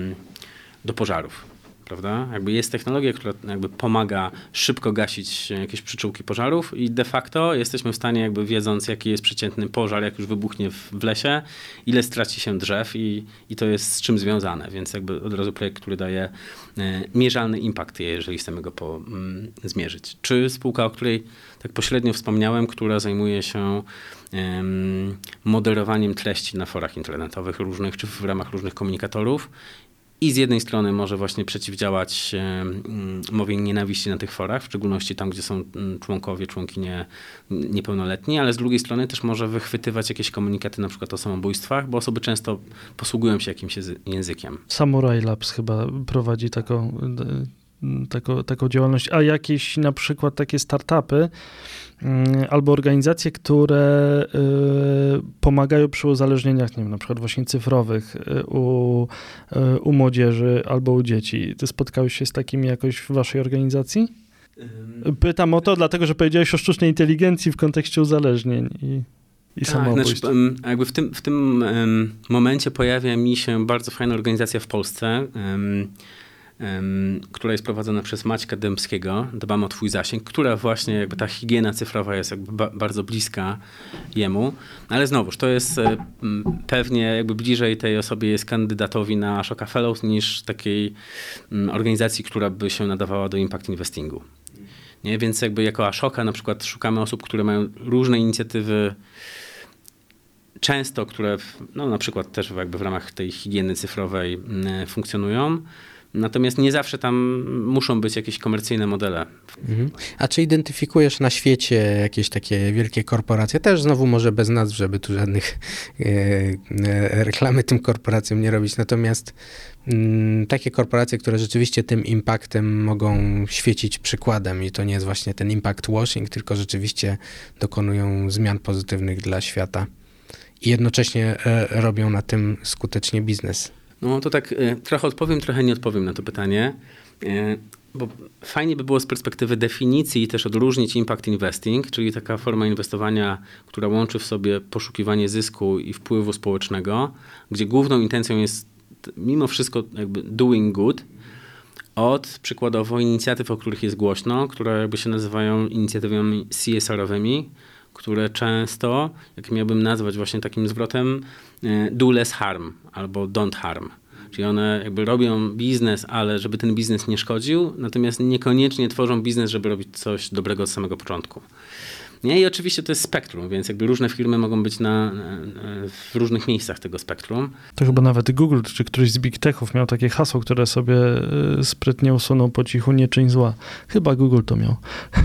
do pożarów. Prawda? Jakby jest technologia, która jakby pomaga szybko gasić jakieś przyczółki pożarów i de facto jesteśmy w stanie, jakby wiedząc, jaki jest przeciętny pożar, jak już wybuchnie w, w lesie, ile straci się drzew i, i to jest z czym związane. Więc jakby od razu projekt, który daje e, mierzalny impact, jeżeli chcemy go po, mm, zmierzyć. Czy spółka, o której tak pośrednio wspomniałem, która zajmuje się e, moderowaniem treści na forach internetowych różnych, czy w ramach różnych komunikatorów, i z jednej strony może właśnie przeciwdziałać mowie nienawiści na tych forach, w szczególności tam, gdzie są członkowie, członkinie niepełnoletni, ale z drugiej strony też może wychwytywać jakieś komunikaty na przykład o samobójstwach, bo osoby często posługują się jakimś językiem. Samurai Labs chyba prowadzi taką, taką, taką działalność, a jakieś na przykład takie startupy albo organizacje, które y, pomagają przy uzależnieniach, nie wiem, na przykład właśnie cyfrowych y, u, y, u młodzieży albo u dzieci. Ty spotkałeś się z takimi jakoś w waszej organizacji? Pytam o to, dlatego że powiedziałeś o sztucznej inteligencji w kontekście uzależnień i, i tak, samobójstw. Znaczy, jakby w tym, w tym um, momencie pojawia mi się bardzo fajna organizacja w Polsce, um, Um, która jest prowadzona przez Maćka Dębskiego, Dbam o twój zasięg, która właśnie jakby ta higiena cyfrowa jest jakby ba- bardzo bliska jemu, ale znowuż to jest um, pewnie jakby bliżej tej osobie jest kandydatowi na Ashoka Fellows niż takiej um, organizacji, która by się nadawała do impact investingu. Nie? Więc jakby jako Ashoka na przykład szukamy osób, które mają różne inicjatywy, często, które w, no, na przykład też jakby w ramach tej higieny cyfrowej um, funkcjonują. Natomiast nie zawsze tam muszą być jakieś komercyjne modele. Mhm. A czy identyfikujesz na świecie jakieś takie wielkie korporacje? Też znowu może bez nazw, żeby tu żadnych e, e, reklamy tym korporacjom nie robić. Natomiast m, takie korporacje, które rzeczywiście tym impaktem mogą świecić przykładem i to nie jest właśnie ten impact washing, tylko rzeczywiście dokonują zmian pozytywnych dla świata i jednocześnie e, robią na tym skutecznie biznes. No to tak y, trochę odpowiem, trochę nie odpowiem na to pytanie, y, bo fajnie by było z perspektywy definicji też odróżnić impact investing, czyli taka forma inwestowania, która łączy w sobie poszukiwanie zysku i wpływu społecznego, gdzie główną intencją jest mimo wszystko jakby doing good, od przykładowo inicjatyw, o których jest głośno, które jakby się nazywają inicjatywami C S R-owymi, które często, jak miałbym nazwać właśnie takim zwrotem, do less harm albo don't harm. Czyli one jakby robią biznes, ale żeby ten biznes nie szkodził, natomiast niekoniecznie tworzą biznes, żeby robić coś dobrego od samego początku. Nie? I oczywiście to jest spektrum, więc jakby różne firmy mogą być na, w różnych miejscach tego spektrum. To chyba nawet Google, czy któryś z Big Techów miał takie hasło, które sobie sprytnie usunął po cichu, nie czyń zła. Chyba Google to miał.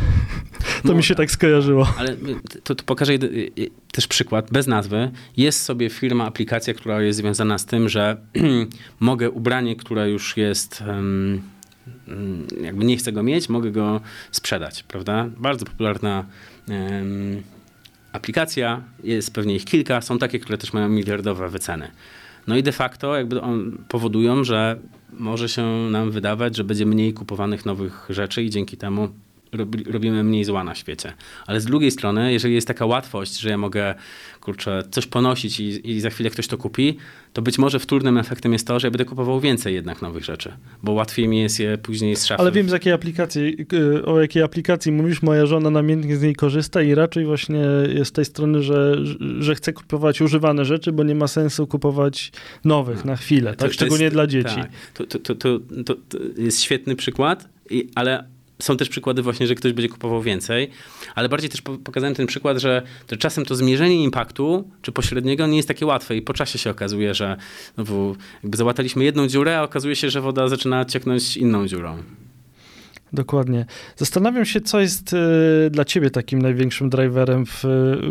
To no, mi się tak skojarzyło. Ale to, to pokażę też przykład, bez nazwy. Jest sobie firma, aplikacja, która jest związana z tym, że mogę ubranie, które już jest, um, jakby nie chcę go mieć, mogę go sprzedać, prawda? Bardzo popularna um, aplikacja, jest pewnie ich kilka, są takie, które też mają miliardowe wyceny. No i de facto jakby on powodują, że może się nam wydawać, że będzie mniej kupowanych nowych rzeczy i dzięki temu robimy mniej zła na świecie. Ale z drugiej strony, jeżeli jest taka łatwość, że ja mogę, kurczę, coś ponosić i, i za chwilę ktoś to kupi, to być może wtórnym efektem jest to, że ja będę kupował więcej jednak nowych rzeczy, bo łatwiej mi jest je później z szafy. Ale wiem z jakiej aplikacji, o jakiej aplikacji mówisz, moja żona namiętnie z niej korzysta i raczej właśnie jest z tej strony, że, że chce kupować używane rzeczy, bo nie ma sensu kupować nowych na chwilę, tak? Szczególnie jest, dla dzieci. Tak. To, to, to, to, to, to jest świetny przykład, i, ale są też przykłady właśnie, że ktoś będzie kupował więcej, ale bardziej też pokazałem ten przykład, że, że czasem to zmierzenie impaktu, czy pośredniego, nie jest takie łatwe i po czasie się okazuje, że znowu jakby załataliśmy jedną dziurę, a okazuje się, że woda zaczyna cieknąć inną dziurą. Dokładnie. Zastanawiam się, co jest y, dla ciebie takim największym driverem w,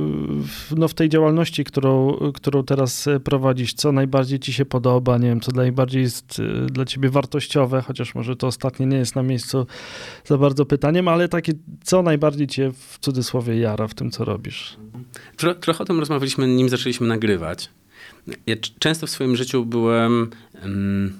w, no, w tej działalności, którą, którą teraz prowadzisz. Co najbardziej ci się podoba, nie wiem, co najbardziej jest y, dla ciebie wartościowe, chociaż może to ostatnie nie jest na miejscu za bardzo pytaniem, ale takie, co najbardziej cię w cudzysłowie jara w tym, co robisz? Tro, trochę o tym rozmawialiśmy, nim zaczęliśmy nagrywać. Ja często w swoim życiu byłem um,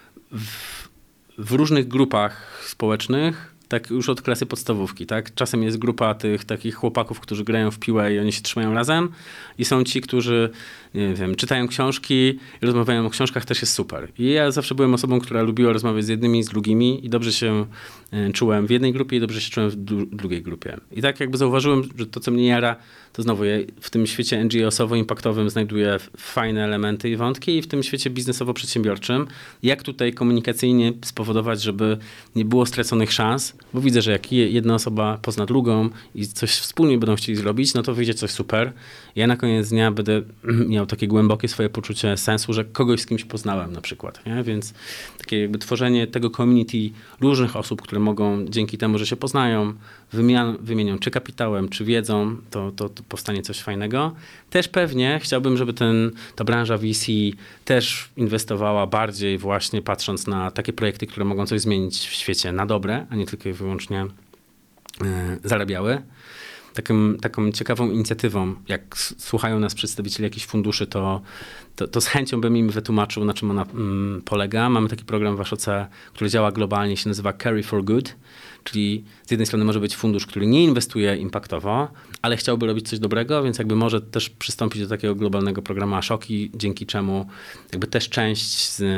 w w różnych grupach społecznych, tak już od klasy podstawówki, tak? Czasem jest grupa tych takich chłopaków, którzy grają w piłę i oni się trzymają razem i są ci, którzy, nie wiem, czytają książki i rozmawiają o książkach, też jest super. I ja zawsze byłem osobą, która lubiła rozmawiać z jednymi, z drugimi i dobrze się czułem w jednej grupie i dobrze się czułem w dru- drugiej grupie. I tak jakby zauważyłem, że to, co mnie jara, to znowu ja w tym świecie N G O-sowo-impaktowym znajduję fajne elementy i wątki i w tym świecie biznesowo-przedsiębiorczym, jak tutaj komunikacyjnie spowodować, żeby nie było straconych szans, bo widzę, że jak jedna osoba pozna drugą i coś wspólnie będą chcieli zrobić, no to wyjdzie coś super. Ja na koniec dnia będę miał takie głębokie swoje poczucie sensu, że kogoś z kimś poznałem na przykład, nie? Więc takie jakby tworzenie tego community różnych osób, które mogą dzięki temu, że się poznają, wymian, wymienią czy kapitałem, czy wiedzą, to, to, to powstanie coś fajnego. Też pewnie chciałbym, żeby ten, ta branża V C też inwestowała bardziej właśnie patrząc na takie projekty, które mogą coś zmienić w świecie na dobre, a nie tylko i wyłącznie yy, zarabiały. Takim, taką ciekawą inicjatywą, jak słuchają nas przedstawiciele jakichś funduszy, to, to, to z chęcią bym im wytłumaczył, na czym ona mm, polega. Mamy taki program w Ashoce, który działa globalnie, się nazywa Carry for Good, czyli z jednej strony może być fundusz, który nie inwestuje impaktowo, ale chciałby robić coś dobrego, więc jakby może też przystąpić do takiego globalnego programu Ashoki, dzięki czemu jakby też część z,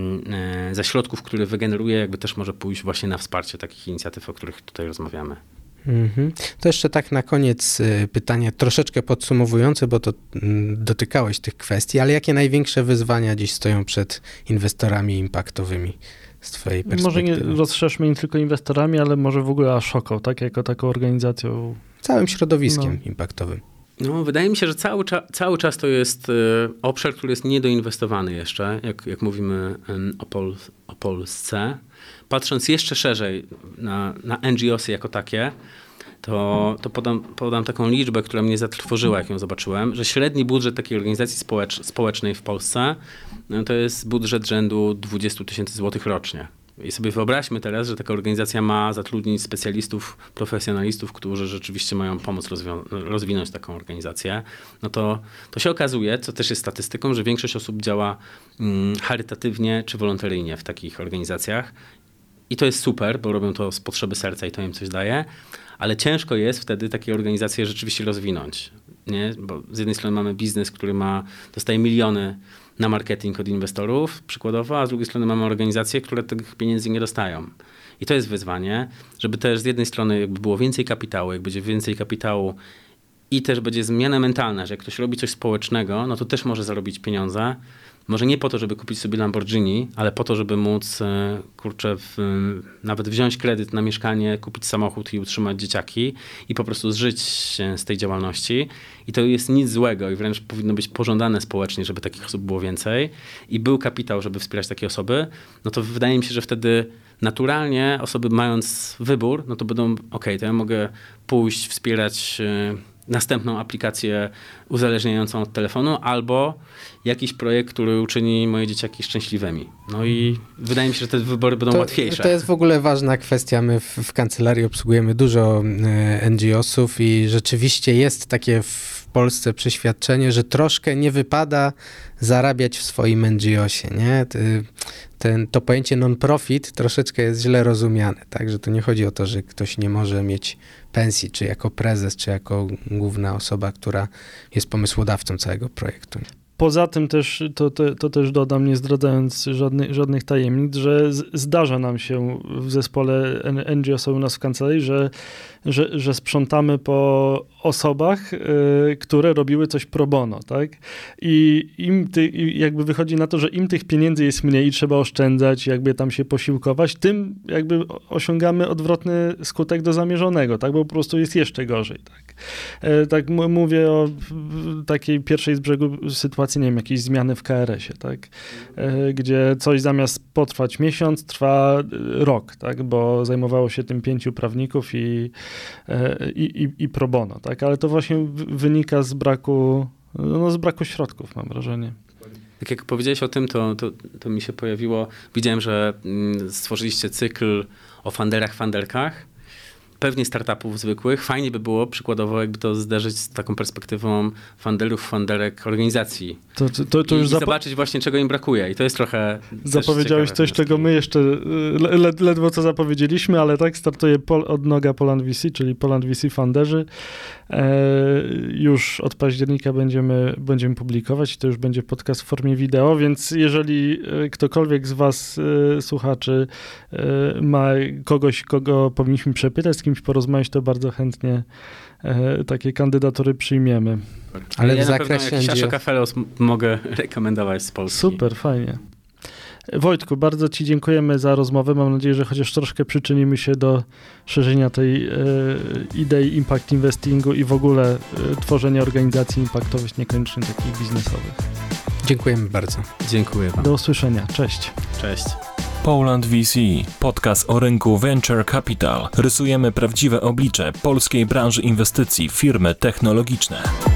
yy, ze środków, które wygeneruje, jakby też może pójść właśnie na wsparcie takich inicjatyw, o których tutaj rozmawiamy. Mhm. To jeszcze tak na koniec pytanie troszeczkę podsumowujące, bo to dotykałeś tych kwestii, ale jakie największe wyzwania dziś stoją przed inwestorami impaktowymi z twojej perspektywy? Może nie rozszerzmy nie tylko inwestorami, ale może w ogóle Ashoką, tak, jako taką organizacją. Całym środowiskiem no. impaktowym. No, wydaje mi się, że cały, cza- cały czas to jest y, obszar, który jest niedoinwestowany jeszcze, jak, jak mówimy y, o, Pol- o Polsce. Patrząc jeszcze szerzej na, na N G Osy jako takie, to, to podam, podam taką liczbę, która mnie zatrwożyła, jak ją zobaczyłem, że średni budżet takiej organizacji społecz- społecznej w Polsce no, to jest budżet rzędu dwadzieścia tysięcy złotych rocznie. I sobie wyobraźmy teraz, że taka organizacja ma zatrudnić specjalistów, profesjonalistów, którzy rzeczywiście mają pomóc rozwią- rozwinąć taką organizację. No to, to się okazuje, co też jest statystyką, że większość osób działa mm, charytatywnie czy wolontaryjnie w takich organizacjach. I to jest super, bo robią to z potrzeby serca i to im coś daje, ale ciężko jest wtedy takie organizacje rzeczywiście rozwinąć. Nie? Bo z jednej strony mamy biznes, który ma, dostaje miliony na marketing od inwestorów, przykładowo, a z drugiej strony mamy organizacje, które tych pieniędzy nie dostają. I to jest wyzwanie, żeby też z jednej strony jakby było więcej kapitału, jak będzie więcej kapitału i też będzie zmiana mentalna, że jak ktoś robi coś społecznego, no to też może zarobić pieniądze. Może nie po to, żeby kupić sobie Lamborghini, ale po to, żeby móc, kurczę, w, nawet wziąć kredyt na mieszkanie, kupić samochód i utrzymać dzieciaki i po prostu zżyć się z tej działalności. I to jest nic złego i wręcz powinno być pożądane społecznie, żeby takich osób było więcej i był kapitał, żeby wspierać takie osoby, no to wydaje mi się, że wtedy naturalnie osoby mając wybór, no to będą, okej, to ja mogę pójść, wspierać następną aplikację uzależniającą od telefonu albo jakiś projekt, który uczyni moje dzieciaki szczęśliwymi. No i wydaje mi się, że te wybory będą to, łatwiejsze. To jest w ogóle ważna kwestia. My w, w kancelarii obsługujemy dużo N G Osów i rzeczywiście jest takie w Polsce przeświadczenie, że troszkę nie wypada zarabiać w swoim N G Osie, nie? Ten, to pojęcie non-profit troszeczkę jest źle rozumiane, tak? Że to nie chodzi o to, że ktoś nie może mieć pensji, czy jako prezes, czy jako główna osoba, która jest pomysłodawcą całego projektu. Poza tym też, to, to, to też dodam, nie zdradzając żadnych, żadnych tajemnic, że z, zdarza nam się w zespole N G O-sowym u nas w kancelarii, że, że, że sprzątamy po osobach, y, które robiły coś pro bono, tak? I im ty, jakby wychodzi na to, że im tych pieniędzy jest mniej i trzeba oszczędzać, jakby tam się posiłkować, tym jakby osiągamy odwrotny skutek do zamierzonego, tak? Bo po prostu jest jeszcze gorzej, tak? E, tak m- mówię o takiej pierwszej z brzegu sytuacji, sytuacje, nie wiem, jakieś zmiany w K R S ie, tak? E, gdzie coś zamiast potrwać miesiąc, trwa rok, tak? Bo zajmowało się tym pięciu prawników i, e, i, i, i pro bono, tak? Ale to właśnie wynika z braku, no, z braku środków, mam wrażenie. Tak jak powiedziałeś o tym, to, to, to mi się pojawiło, widziałem, że mm, stworzyliście cykl o funderach, funderkach, pewnie startupów zwykłych. Fajnie by było przykładowo jakby to zderzyć z taką perspektywą funderów, funderek organizacji. To, to, to, to I, już i zapo- zobaczyć właśnie, czego im brakuje. I to jest trochę... Zapowiedziałeś coś, czego my jeszcze le, ledwo co zapowiedzieliśmy, ale tak, startuje pol, odnoga Poland V C, czyli Poland V C Funderzy. E, już od października będziemy, będziemy publikować i to już będzie podcast w formie wideo, więc jeżeli ktokolwiek z was, e, słuchaczy, e, ma kogoś, kogo powinniśmy przepytać, z kimś porozmawiać, to bardzo chętnie e, takie kandydatury przyjmiemy. Ale ja w zakresie na pewno Asha Kafelos mogę rekomendować z Polski. Super, fajnie. Wojtku, bardzo ci dziękujemy za rozmowę. Mam nadzieję, że chociaż troszkę przyczynimy się do szerzenia tej e, idei impact investingu i w ogóle e, tworzenia organizacji impactowych, niekoniecznie takich biznesowych. Dziękujemy bardzo. Dziękuję wam. Do usłyszenia. Cześć. Cześć. Poland V C, podcast o rynku Venture Capital. Rysujemy prawdziwe oblicze polskiej branży inwestycji, firmy technologiczne.